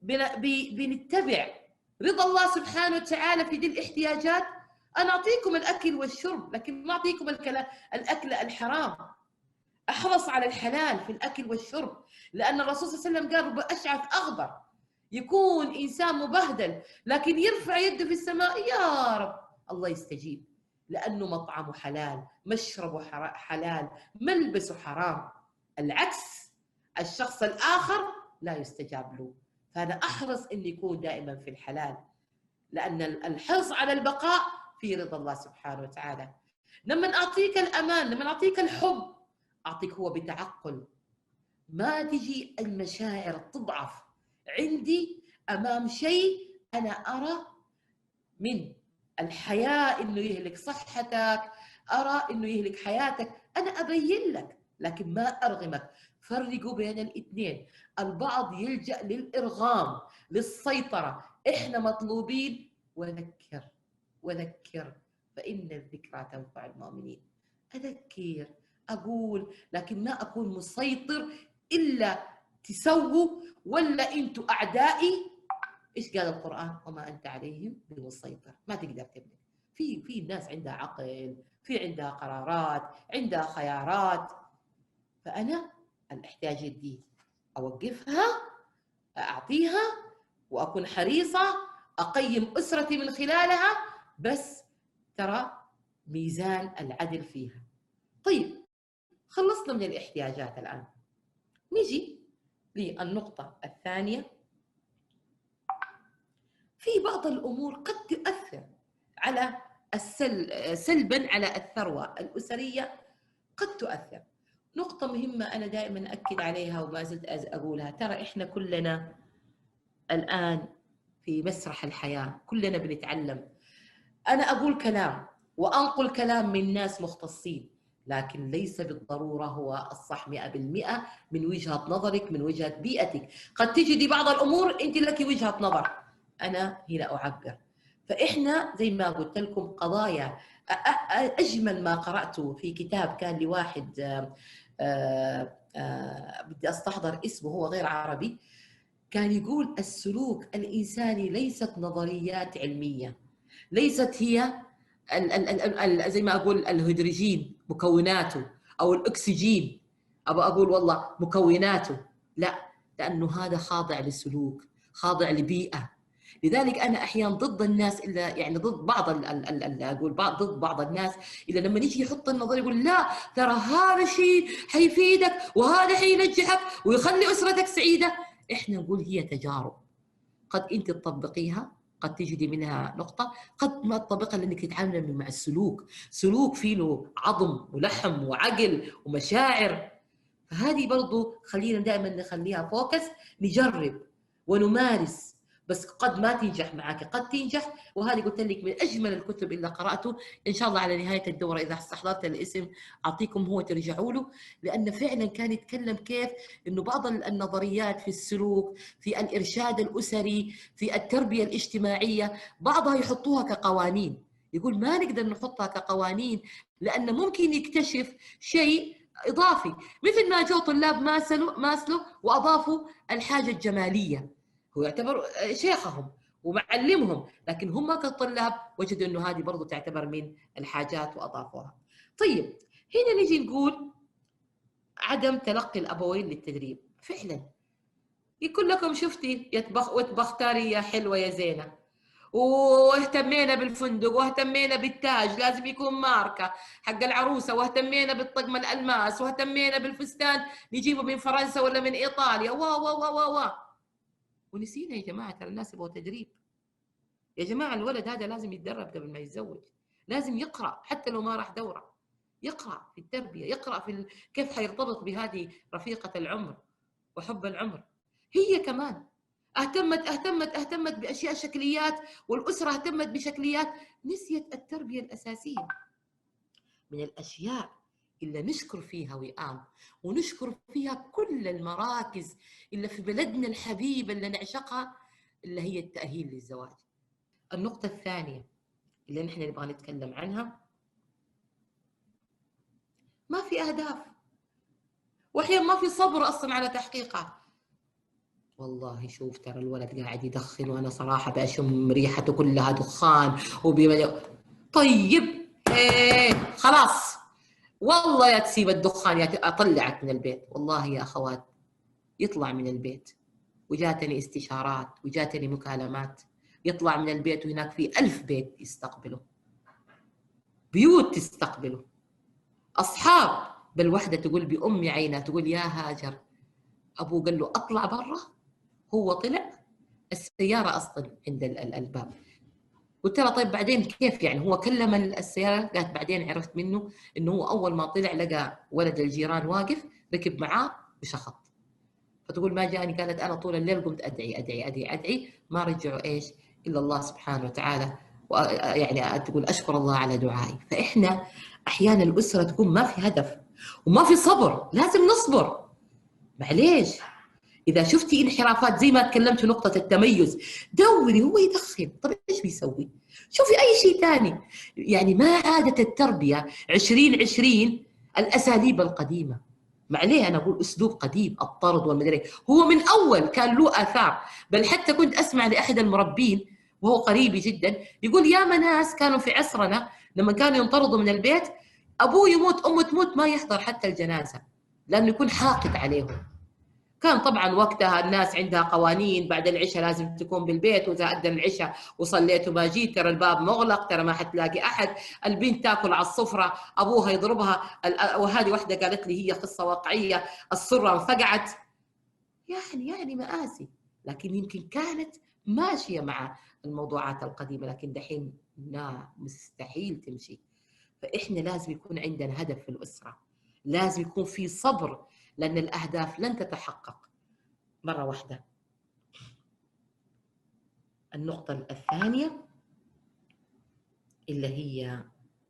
بنتبع رضا الله سبحانه وتعالى في دي الاحتياجات؟ أنا أعطيكم الأكل والشرب، لكن ما أعطيكم الأكل الحرام. أحرص على الحلال في الأكل والشرب، لأن الرسول صلى الله عليه وسلم قال: رب أشعث أغبر، يكون إنسان مبهدل لكن يرفع يده في السماء: يا رب، الله يستجيب، لأنه مطعمه حلال، مشربه حلال، ملبسه حرام. العكس، الشخص الآخر لا يستجاب له. فأنا أحرص أن يكون دائما في الحلال، لأن الحرص على البقاء في رضا الله سبحانه وتعالى. لما أعطيك الأمان، لما أعطيك الحب، أعطيك هو بتعقل. ما تجي المشاعر تضعف عندي أمام شيء أنا أرى من الحياة إنه يهلك صحتك، أرى إنه يهلك حياتك، أنا أبين لك لكن ما أرغمك. فرقوا بين الاثنين. البعض يلجأ للإرغام، للسيطرة. إحنا مطلوبين وذكر وذكر فإن الذكرى تنفع المؤمنين. أذكر، أقول، لكن ما أكون مسيطر إلا تسووا، ولا أنتوا أعدائي. إيش قال القرآن؟ وما أنت عليهم بمسيطر. ما تقدر تملك. في ناس عندها عقل، في عندها قرارات، عندها خيارات. فأنا الاحتياجات دي أوقفها، أعطيها، وأكون حريصة، أقيم أسرتي من خلالها، بس ترى ميزان العدل فيها. طيب، خلصنا من الاحتياجات. الآن نجي للنقطة الثانية. في بعض الأمور قد تؤثر على سلبا على الثروة الأسرية، قد تؤثر. نقطة مهمة أنا دائما أكد عليها وما زلت أقولها: ترى إحنا كلنا الآن في مسرح الحياة، كلنا بنتعلم. أنا أقول كلام وأنقل كلام من ناس مختصين، لكن ليس بالضرورة هو الصح 100% من وجهة نظرك، من وجهة بيئتك. قد تجدي بعض الأمور أنت لك وجهة نظر، أنا هنا أعبر. فإحنا زي ما قلت لكم قضايا. أجمل ما قرأته في كتاب كان لواحد، بدي أستحضر اسمه، هو غير عربي، كان يقول: السلوك الإنساني ليست نظريات علمية، ليست هي زي ما أقول الهيدروجين مكوناته أو الأكسجين أبغى أقول والله مكوناته، لا، لأنه هذا خاضع لسلوك، خاضع لبيئة. لذلك أنا أحيانا ضد الناس، إلا يعني ضد بعض أقول ضد بعض الناس إلا لما يجي يحط النظر يقول: لا، ترى هذا شيء حيفيدك وهذا حينجحك ويخلي أسرتك سعيدة. إحنا نقول هي تجارب، قد أنت تطبقيها، قد تجدي منها نقطة، قد ما تطبقها لأنك تتعاملي مع السلوك. سلوك فيه له عظم ولحم وعقل ومشاعر. فهذه برضو خلينا دائما نخليها فوكس، نجرب ونمارس. بس قد ما تنجح معك، قد تنجح. وهذه قلت لك من أجمل الكتب اللي قرأته. إن شاء الله على نهاية الدورة إذا استحضرت الاسم أعطيكم هو ترجعوا له، لأنه فعلا كان يتكلم كيف إنه بعض النظريات في السلوك، في الإرشاد الأسري، في التربية الاجتماعية، بعضها يحطوها كقوانين. يقول ما نقدر نحطها كقوانين لأنه ممكن يكتشف شيء إضافي، مثل ما جو طلاب ماسلو وأضافوا الحاجة الجمالية. هو يعتبر شيخهم ومعلمهم، لكن هم كطلاب وجدوا أنه هذه برضو تعتبر من الحاجات وأضافوها. طيب، هنا نجي نقول عدم تلقي الأبوين للتدريب. فعلا يقول لكم: شفتي وتبختاري يا حلوة يا زينة، واهتمينا بالفندق، واهتمينا بالتاج لازم يكون ماركة حق العروسة، واهتمينا بالطقم الألماس، واهتمينا بالفستان نجيبه من فرنسا ولا من إيطاليا، وا ونسينا يا جماعة ترى الناس يبغوا تدريب. يا جماعة الولد هذا لازم يتدرب قبل ما يتزوج، لازم يقرأ حتى لو ما راح دورة، يقرأ في التربية، يقرأ في كيف حيرتبط بهذه رفيقة العمر وحب العمر. هي كمان اهتمت بأشياء شكليات، والأسرة اهتمت بشكليات، نسيت التربية الأساسية. من الأشياء إلا نشكر فيها وئام، ونشكر فيها كل المراكز اللي في بلدنا الحبيبة اللي نعشقها، اللي هي التأهيل للزواج. النقطة الثانية اللي نحن نبغى نتكلم عنها، ما في أهداف، وأحيانا ما في صبر أصلا على تحقيقها. والله شوف ترى الولد قاعد يدخن وأنا صراحة بأشم ريحته كلها دخان طيب إيه خلاص، والله يا تسيب الدخان يا أطلعك من البيت. والله يا أخوات يطلع من البيت، وجاتني استشارات وجاتني مكالمات، يطلع من البيت وهناك في 1000 بيت يستقبله، بيوت تستقبله، أصحاب. بل وحدة تقول بأمي عينها، تقول يا هاجر أبوه قال له أطلع برا، هو طلع السيارة أصلا عند الباب. قلت لها طيب بعدين كيف يعني؟ هو كلم السيارة؟ قالت بعدين عرفت منه إنه هو أول ما طلع لقى ولد الجيران واقف، ركب معاه وشخط. فتقول ما جاني، قالت أنا طول الليل قمت أدعي أدعي أدعي أدعي، ما رجعوا إيش إلا الله سبحانه وتعالى، يعني تقول أشكر الله على دعائي. فإحنا أحيانا الأسرة تكون ما في هدف وما في صبر، لازم نصبر. معليش إذا شفتي انحرافات زي ما تكلمت في نقطة التميز، دوري. هو يدخن، طب إيش بيسوي؟ شوفي أي شيء ثاني. يعني ما عادت التربية 2020 الأساليب القديمة. معليه أنا أقول أسلوب قديم، الطرد والمدري، هو من أول كان له آثار. بل حتى كنت أسمع لأحد المربين وهو قريبي جدا يقول يا ناس كانوا في عصرنا لما كانوا ينطردوا من البيت، أبوه يموت أمه تموت ما يحضر حتى الجنازة لأنه يكون حاقد عليهم. كان طبعا وقتها الناس عندها قوانين، بعد العشاء لازم تكون بالبيت، واذا اذن العشاء وصليت وما جيت ترى الباب مغلق، ترى ما حتلاقي احد، البنت تاكل على السفره ابوها يضربها. وهذه واحده قالت لي هي قصه واقعيه، السره انفقعت. يعني مآسي، لكن يمكن كانت ماشيه مع الموضوعات القديمه، لكن دحين لا، مستحيل تمشي. فاحنا لازم يكون عندنا هدف في الاسره، لازم يكون في صبر، لأن الأهداف لن تتحقق مرة واحدة. النقطة الثانية اللي هي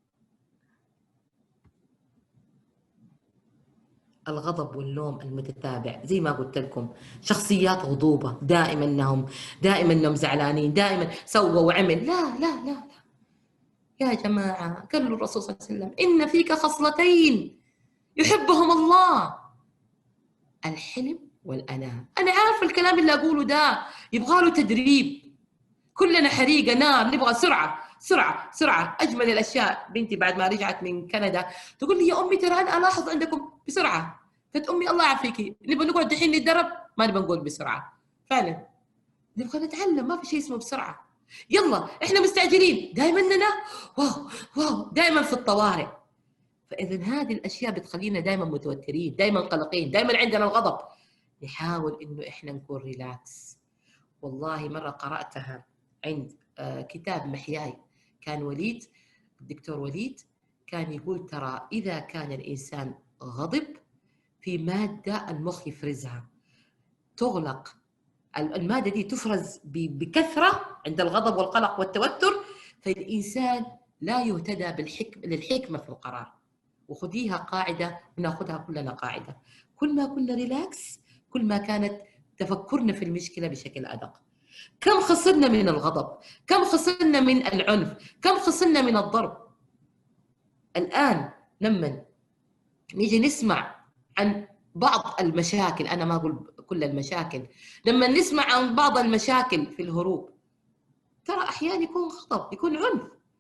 الغضب واللوم المتتابع. زي ما قلت لكم شخصيات غضوبة، دائما انهم زعلانين، دائما سوى وعمل. لا لا لا يا جماعة، قال له الرسول صلى الله عليه وسلم إن فيك خصلتين يحبهم الله، الحلم والأناة. أنا عارفة الكلام اللي أقوله ده يبغى له تدريب، كلنا حريقة نار، نبغى سرعة سرعة سرعة. أجمل الأشياء بنتي بعد ما رجعت من كندا تقول لي يا أمي ترى أنا ألاحظ عندكم بسرعة. قلت أمي الله يعافيكي، نبغى نقعد دحين نتدرب، ما نبغى نقول بسرعة. فعلا نبغى نتعلم، ما في شيء اسمه بسرعة. يلا إحنا مستعجلين دائما، لنا واو واو دائما في الطوارئ. فإذا هذه الأشياء بتخلينا دائما متوترين، دائما قلقين، دائما عندنا الغضب. نحاول إنه إحنا نكون ريلاكس. والله مرة قرأتها عند كتاب محياي، كان وليد، الدكتور وليد كان يقول ترى إذا كان الإنسان غضب، في مادة المخ يفرزها، تغلق المادة دي، تفرز بكثرة عند الغضب والقلق والتوتر، فالإنسان لا يهتدى للحكمة في القرار. وخذيها قاعدة، وناخذها كلنا قاعدة، كل ما كنا ريلاكس كل ما كانت تفكرنا في المشكلة بشكل أدق. كم خسرنا من الغضب، كم خسرنا من العنف، كم خسرنا من الضرب. الآن لما نيجي نسمع عن بعض المشاكل، أنا ما أقول كل المشاكل، لما نسمع عن بعض المشاكل في الهروب، ترى أحيانا يكون غضب، يكون عنف.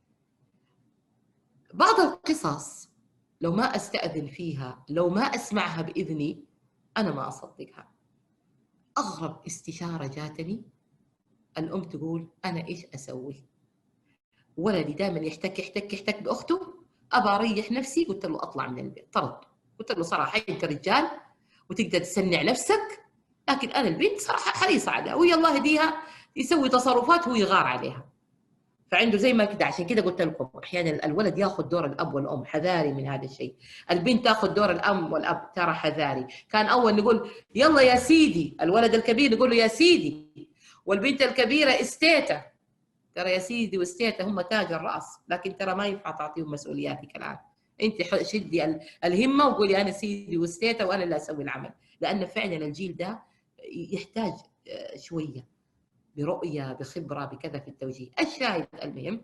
بعض القصص لو ما أستأذن فيها، لو ما أسمعها بإذني، أنا ما أصدقها. أغرب استشارة جاتني، الأم تقول أنا إيش أسوي؟ ولدي دائما يحتك بأخته، أبى أريح نفسي، قلت له أطلع من البيت، طرد. قلت له صراحة أنت رجال وتقدر تسنع نفسك، لكن أنا البنت صراحة حريصة عليها، وهي الله يهديها يسوي تصرفات هو يغار عليها. فعنده زي ما كده، عشان كده قلت لكم احيانا الولد ياخذ دور الاب والام، حذاري من هذا الشيء. البنت تاخذ دور الام والاب، ترى حذاري. كان اول نقول يلا يا سيدي، الولد الكبير نقول له يا سيدي، والبنت الكبيره استيتا. ترى يا سيدي واستيتا هم تاج الراس، لكن ترى ما ينفع تعطيهم مسؤولياتك الان. انت شدي الهمه وقولي انا سيدي وستيتا وانا اللي اسوي العمل، لان فعلا الجيل ده يحتاج شويه برؤيه بخبره بكذا في التوجيه. الشاهد المهم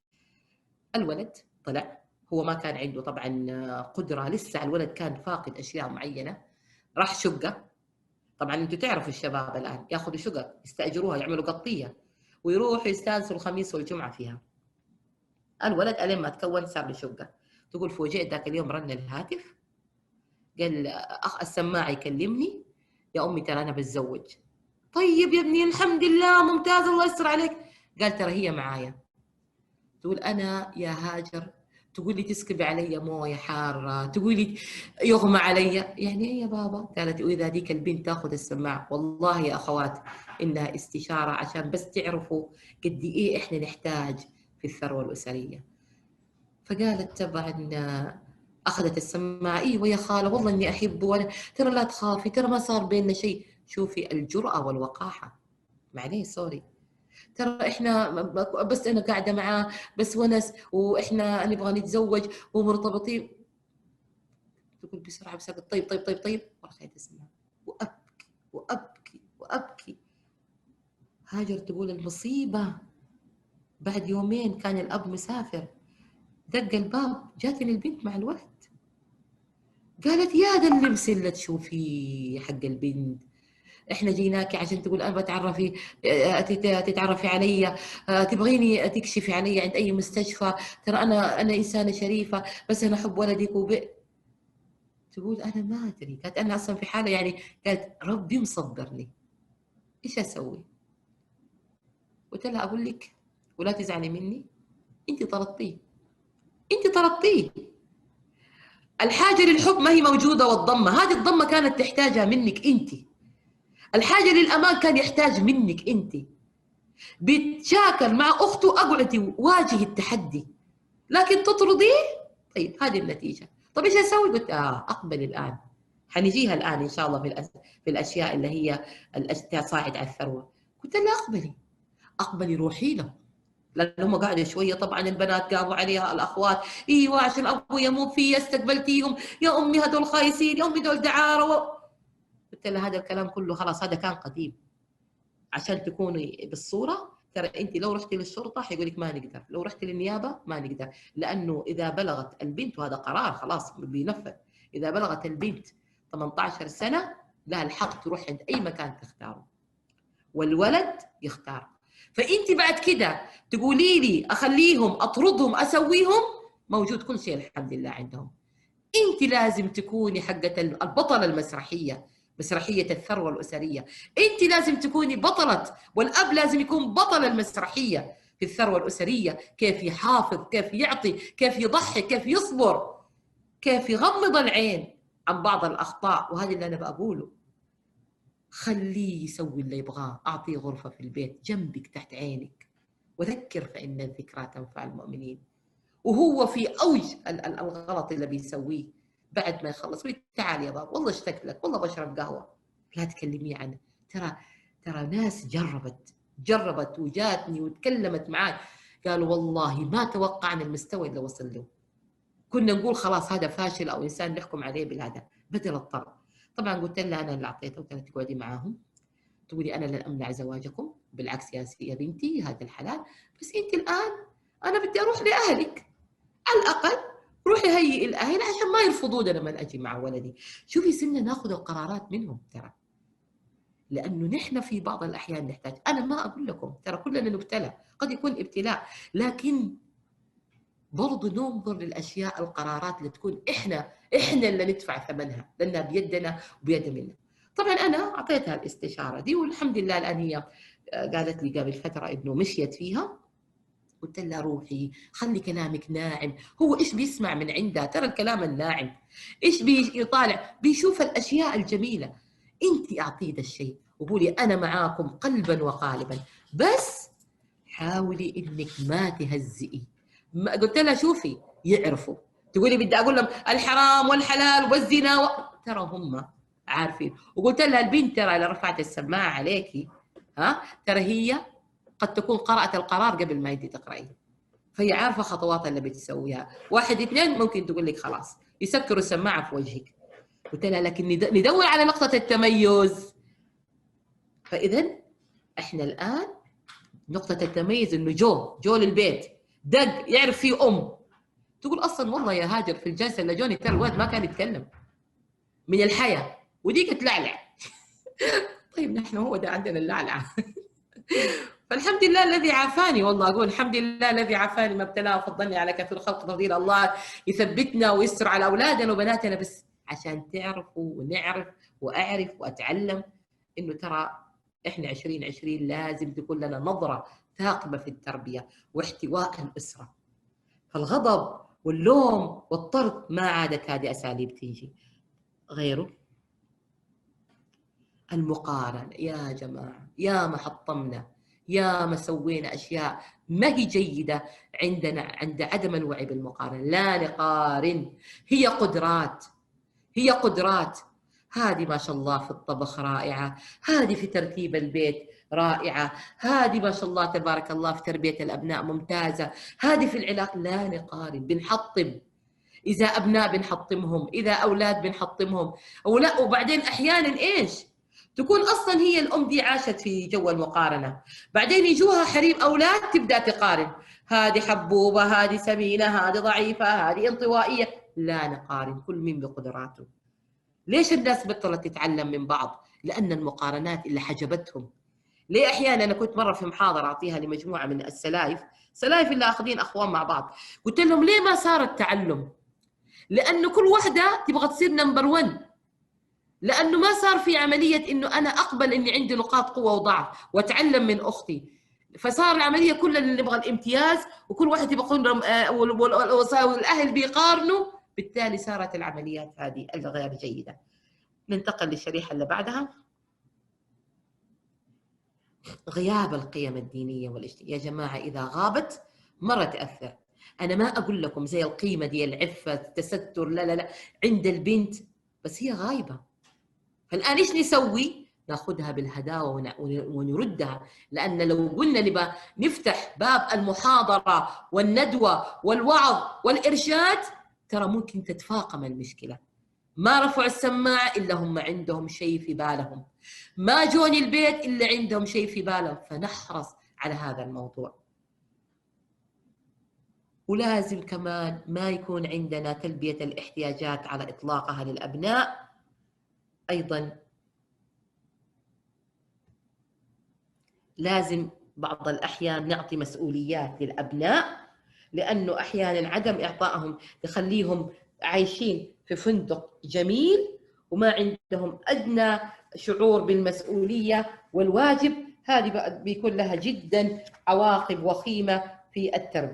الولد طلع، هو ما كان عنده طبعا قدره، لسه الولد كان فاقد اشياء معينه. راح شقه، طبعا انتم تعرفوا الشباب الان ياخذوا شقق يستاجروها يعملوا قطيه ويروحوا يستانسوا الخميس والجمعه فيها. الولد الين ما تكون صار له شقه. تقول فوجئت ذاك اليوم رن الهاتف، قال اخ السماعه يكلمني، يا امي ترى انا بتزوج. طيب يا ابني الحمد لله ممتاز الله يستر عليك. قال ترى هي معايا. تقول انا يا هاجر، تقول لي تسكبي علي مويه حاره، تقول لي يغمى علي، يعني ايه يا بابا؟ قالت واذا ذيك البنت تاخذ السماعه. والله يا اخوات انها استشاره عشان بس تعرفوا قد ايه احنا نحتاج في الثروه الاسريه. فقالت طبعا اخذت السماعه، ايوه يا خاله والله اني احبه، وانا ترى لا تخافي ترى ما صار بيننا شيء. شوفي الجرأه والوقاحه، معليه سوري، ترى احنا بس انا قاعده معاه بس ونس واحنا نبغى نتزوج ومرتبطين. تقول بسرعه بسكت طيب طيب طيب طيب، ورخيت اسمها وابكي وابكي وابكي. هاجر تقول المصيبه بعد يومين كان الاب مسافر، دق الباب جاتني البنت مع الولد. قالت يا ذا اللبس اللي تشوفيه حق البنت، احنا جيناكي عشان تقول انا بتعرفي تتعرفي علي، تبغيني تكشفي علي عند اي مستشفى، ترى انا انسانه شريفه بس انا احب ولدك تقول انا ما ادري، قالت انا اصلا في حاله يعني، قالت ربي مصبرني ايش اسوي؟ قلت لها اقول لك ولا تزعلي مني، انت طردتيه، انت طردتيه. الحاجه للحب ما هي موجوده، والضمه هذه الضمه كانت تحتاجها منك انت، الحاجه للامان كان يحتاج منك انت. بيتشاكل مع اخته اقعدي واجهي التحدي، لكن تطرديه. طيب هذه النتيجه. طب ايش اسوي؟ قلت اقبل الان، حنجيها الان ان شاء الله في الاشياء اللي هي تساعد على الثروه. قلت لها اقبلي، اقبلي روحي له، لان هم قعدوا شويه طبعا البنات قاموا عليها الاخوات، ايوه عشان ابويا مو في استقبلتيهم، يا امي هذول خايسين، يا امي دول دعاره قلت لها هذا الكلام كله خلاص هذا كان قديم. عشان تكوني بالصوره، ترى انت لو رحتي للشرطه حيقول لك ما نقدر، لو رحتي للنيابه ما نقدر، لانه اذا بلغت البنت، وهذا قرار خلاص بينفذ، اذا بلغت البنت 18 سنه لها الحق تروح عند اي مكان تختاره، والولد يختار. فانت بعد كده تقولي لي اخليهم اطردهم اسويهم، موجود كل شيء الحمد لله عندهم. انت لازم تكوني حقه البطله المسرحيه، مسرحيه الثروه الاسريه، انت لازم تكوني بطله، والاب لازم يكون بطل المسرحيه في الثروه الاسريه، كيف يحافظ، كيف يعطي، كيف يضحي، كيف يصبر، كيف يغمض العين عن بعض الاخطاء. وهذا اللي انا بقوله، خليه يسوي اللي يبغاه، اعطيه غرفه في البيت جنبك تحت عينك، وذكر فان الذكرى تنفع المؤمنين. وهو في اوج الغلط اللي بيسويه، بعد ما يخلص قولي تعال يا بابا والله اشتقت لك، والله بشرب قهوه، لا تكلميه عنه. ترى ناس جربت وجاتني وتكلمت معي، قالوا والله ما توقعنا المستوى اللي وصل له، كنا نقول خلاص هذا فاشل او انسان نحكم عليه بالهذا بدل الطرد. طبعا قلت لها انا اللي اعطيته، قلت لها تقعدي معاهم تقولي انا لن امنع زواجكم، بالعكس يا بنتي هذا الحلال، بس انت الان انا بدي اروح لاهلك، على الاقل روحي هيئي الاهل عشان ما يرفضونا لما اجي مع ولدي. شوفي صرنا ناخذ القرارات منهم ترى، لانه نحن في بعض الاحيان نحتاج، انا ما اقول لكم ترى كلنا نبتلى، قد يكون ابتلاء، لكن برضو ننظر للاشياء القرارات اللي تكون احنا اللي ندفع ثمنها لانها بيدنا وبيد منا. طبعا انا اعطيتها الاستشاره دي والحمد لله الان هي قالت لي قبل فتره انه مشيت فيها. قلت لها روحي خلي كلامك ناعم، هو ايش بيسمع من عندها؟ ترى الكلام الناعم ايش بيطالع، بيشوف الاشياء الجميله. انت اعطيه ذا الشيء وقولي انا معاكم قلبا وقالبا، بس حاولي انك ما تهزئي. قلت لها شوفي يعرفوا، تقولي بدي اقول لهم الحرام والحلال والزنا ترى هم عارفين. وقلت لها البنت ترى لو رفعت السماعه عليكي ترى هي قد تكون قرأت القرار قبل ما انت تقرأيه، فهي عارفه خطوات اللي بتسويها. 1 2 ممكن تقول لك خلاص يسكروا السماعه في وجهك. قلت لها لكن ندور على نقطه التميز. فاذا احنا الان نقطه التميز انه جو للبيت دق يعرف فيه تقول اصلا والله يا هاجر في الجلسه اللي جوني ترى الواد ما كان يتكلم من الحياه وديك تلعلع. طيب نحن هو ده عندنا اللعلع. فالحمد لله الذي عافاني، والله اقول الحمد لله الذي عافاني ما ابتلاه وفضلني على كثير الخلق تفضيل. الله يثبتنا ويستر على اولادنا وبناتنا، بس عشان تعرفوا ونعرف واعرف واتعلم انه ترى احنا 2020 لازم تكون لنا نظره ثاقبه في التربيه واحتواء الاسره. فالغضب واللوم والطرد ما عادت هذه اساليب تيجي. غيره المقارنه يا جماعه، يا ما حطمنا، يا ما سوينا اشياء ما هي جيده عندنا عند عدم الوعي بالمقارنه. لا نقارن، هي قدرات، هي قدرات. هذه ما شاء الله في الطبخ رائعه، هذه في ترتيب البيت رائعه، هذه ما شاء الله تبارك الله في تربيه الابناء ممتازه، هذه في العلاقه. لا نقارن، بنحطم. اذا ابناء بنحطمهم، اذا اولاد بنحطمهم، ولا وبعدين احيانا ايش تكون اصلا هي الام دي عاشت في جو المقارنه، بعدين يجوها حريم اولاد تبدا تقارن، هذه حبوبه، هذه سمينه، هذه ضعيفه، هذه انطوائيه. لا نقارن، كل مين بقدراته. ليش الناس بطلت تتعلم من بعض؟ لان المقارنات اللي حجبتهم. ليه احيانا انا كنت مره في محاضره اعطيها لمجموعه من السلايف اللي اخذين اخوان مع بعض، قلت لهم ليه ما صار التعلم؟ لانه كل واحده تبغى تصير نمبر 1، لانه ما صار في عمليه انه انا اقبل اني عندي نقاط قوه وضعف واتعلم من اختي. فصار العمليه كلها اللي نبغى الامتياز، وكل واحد يبغى والاهل بيقارنوا، بالتالي صارت العمليات هذه الغير جيده. ننتقل للشريحه اللي بعدها. غياب القيم الدينيه والاجتماعيه. يا جماعه اذا غابت مره تاثر. انا ما اقول لكم زي القيمه دي العفه التستر، لا لا لا، عند البنت، بس هي غايبه. فالآن إيش نسوي؟ ناخذها بالهداوة ونردها. لأن لو قلنا نبقى نفتح باب المحاضرة والندوة والوعظ والإرشاد، ترى ممكن تتفاقم المشكلة. ما رفعوا السماعة إلا هم عندهم شيء في بالهم، ما جوني البيت إلا عندهم شيء في بالهم. فنحرص على هذا الموضوع. ولازم كمان ما يكون عندنا تلبية الاحتياجات على إطلاقها للأبناء. أيضاً لازم بعض الأحيان نعطي مسؤوليات للأبناء، لأنه أحيانا عدم إعطائهم يخليهم عايشين في فندق جميل وما عندهم أدنى شعور بالمسؤولية والواجب. هذه بيكون لها جدا عواقب وخيمة في التربية.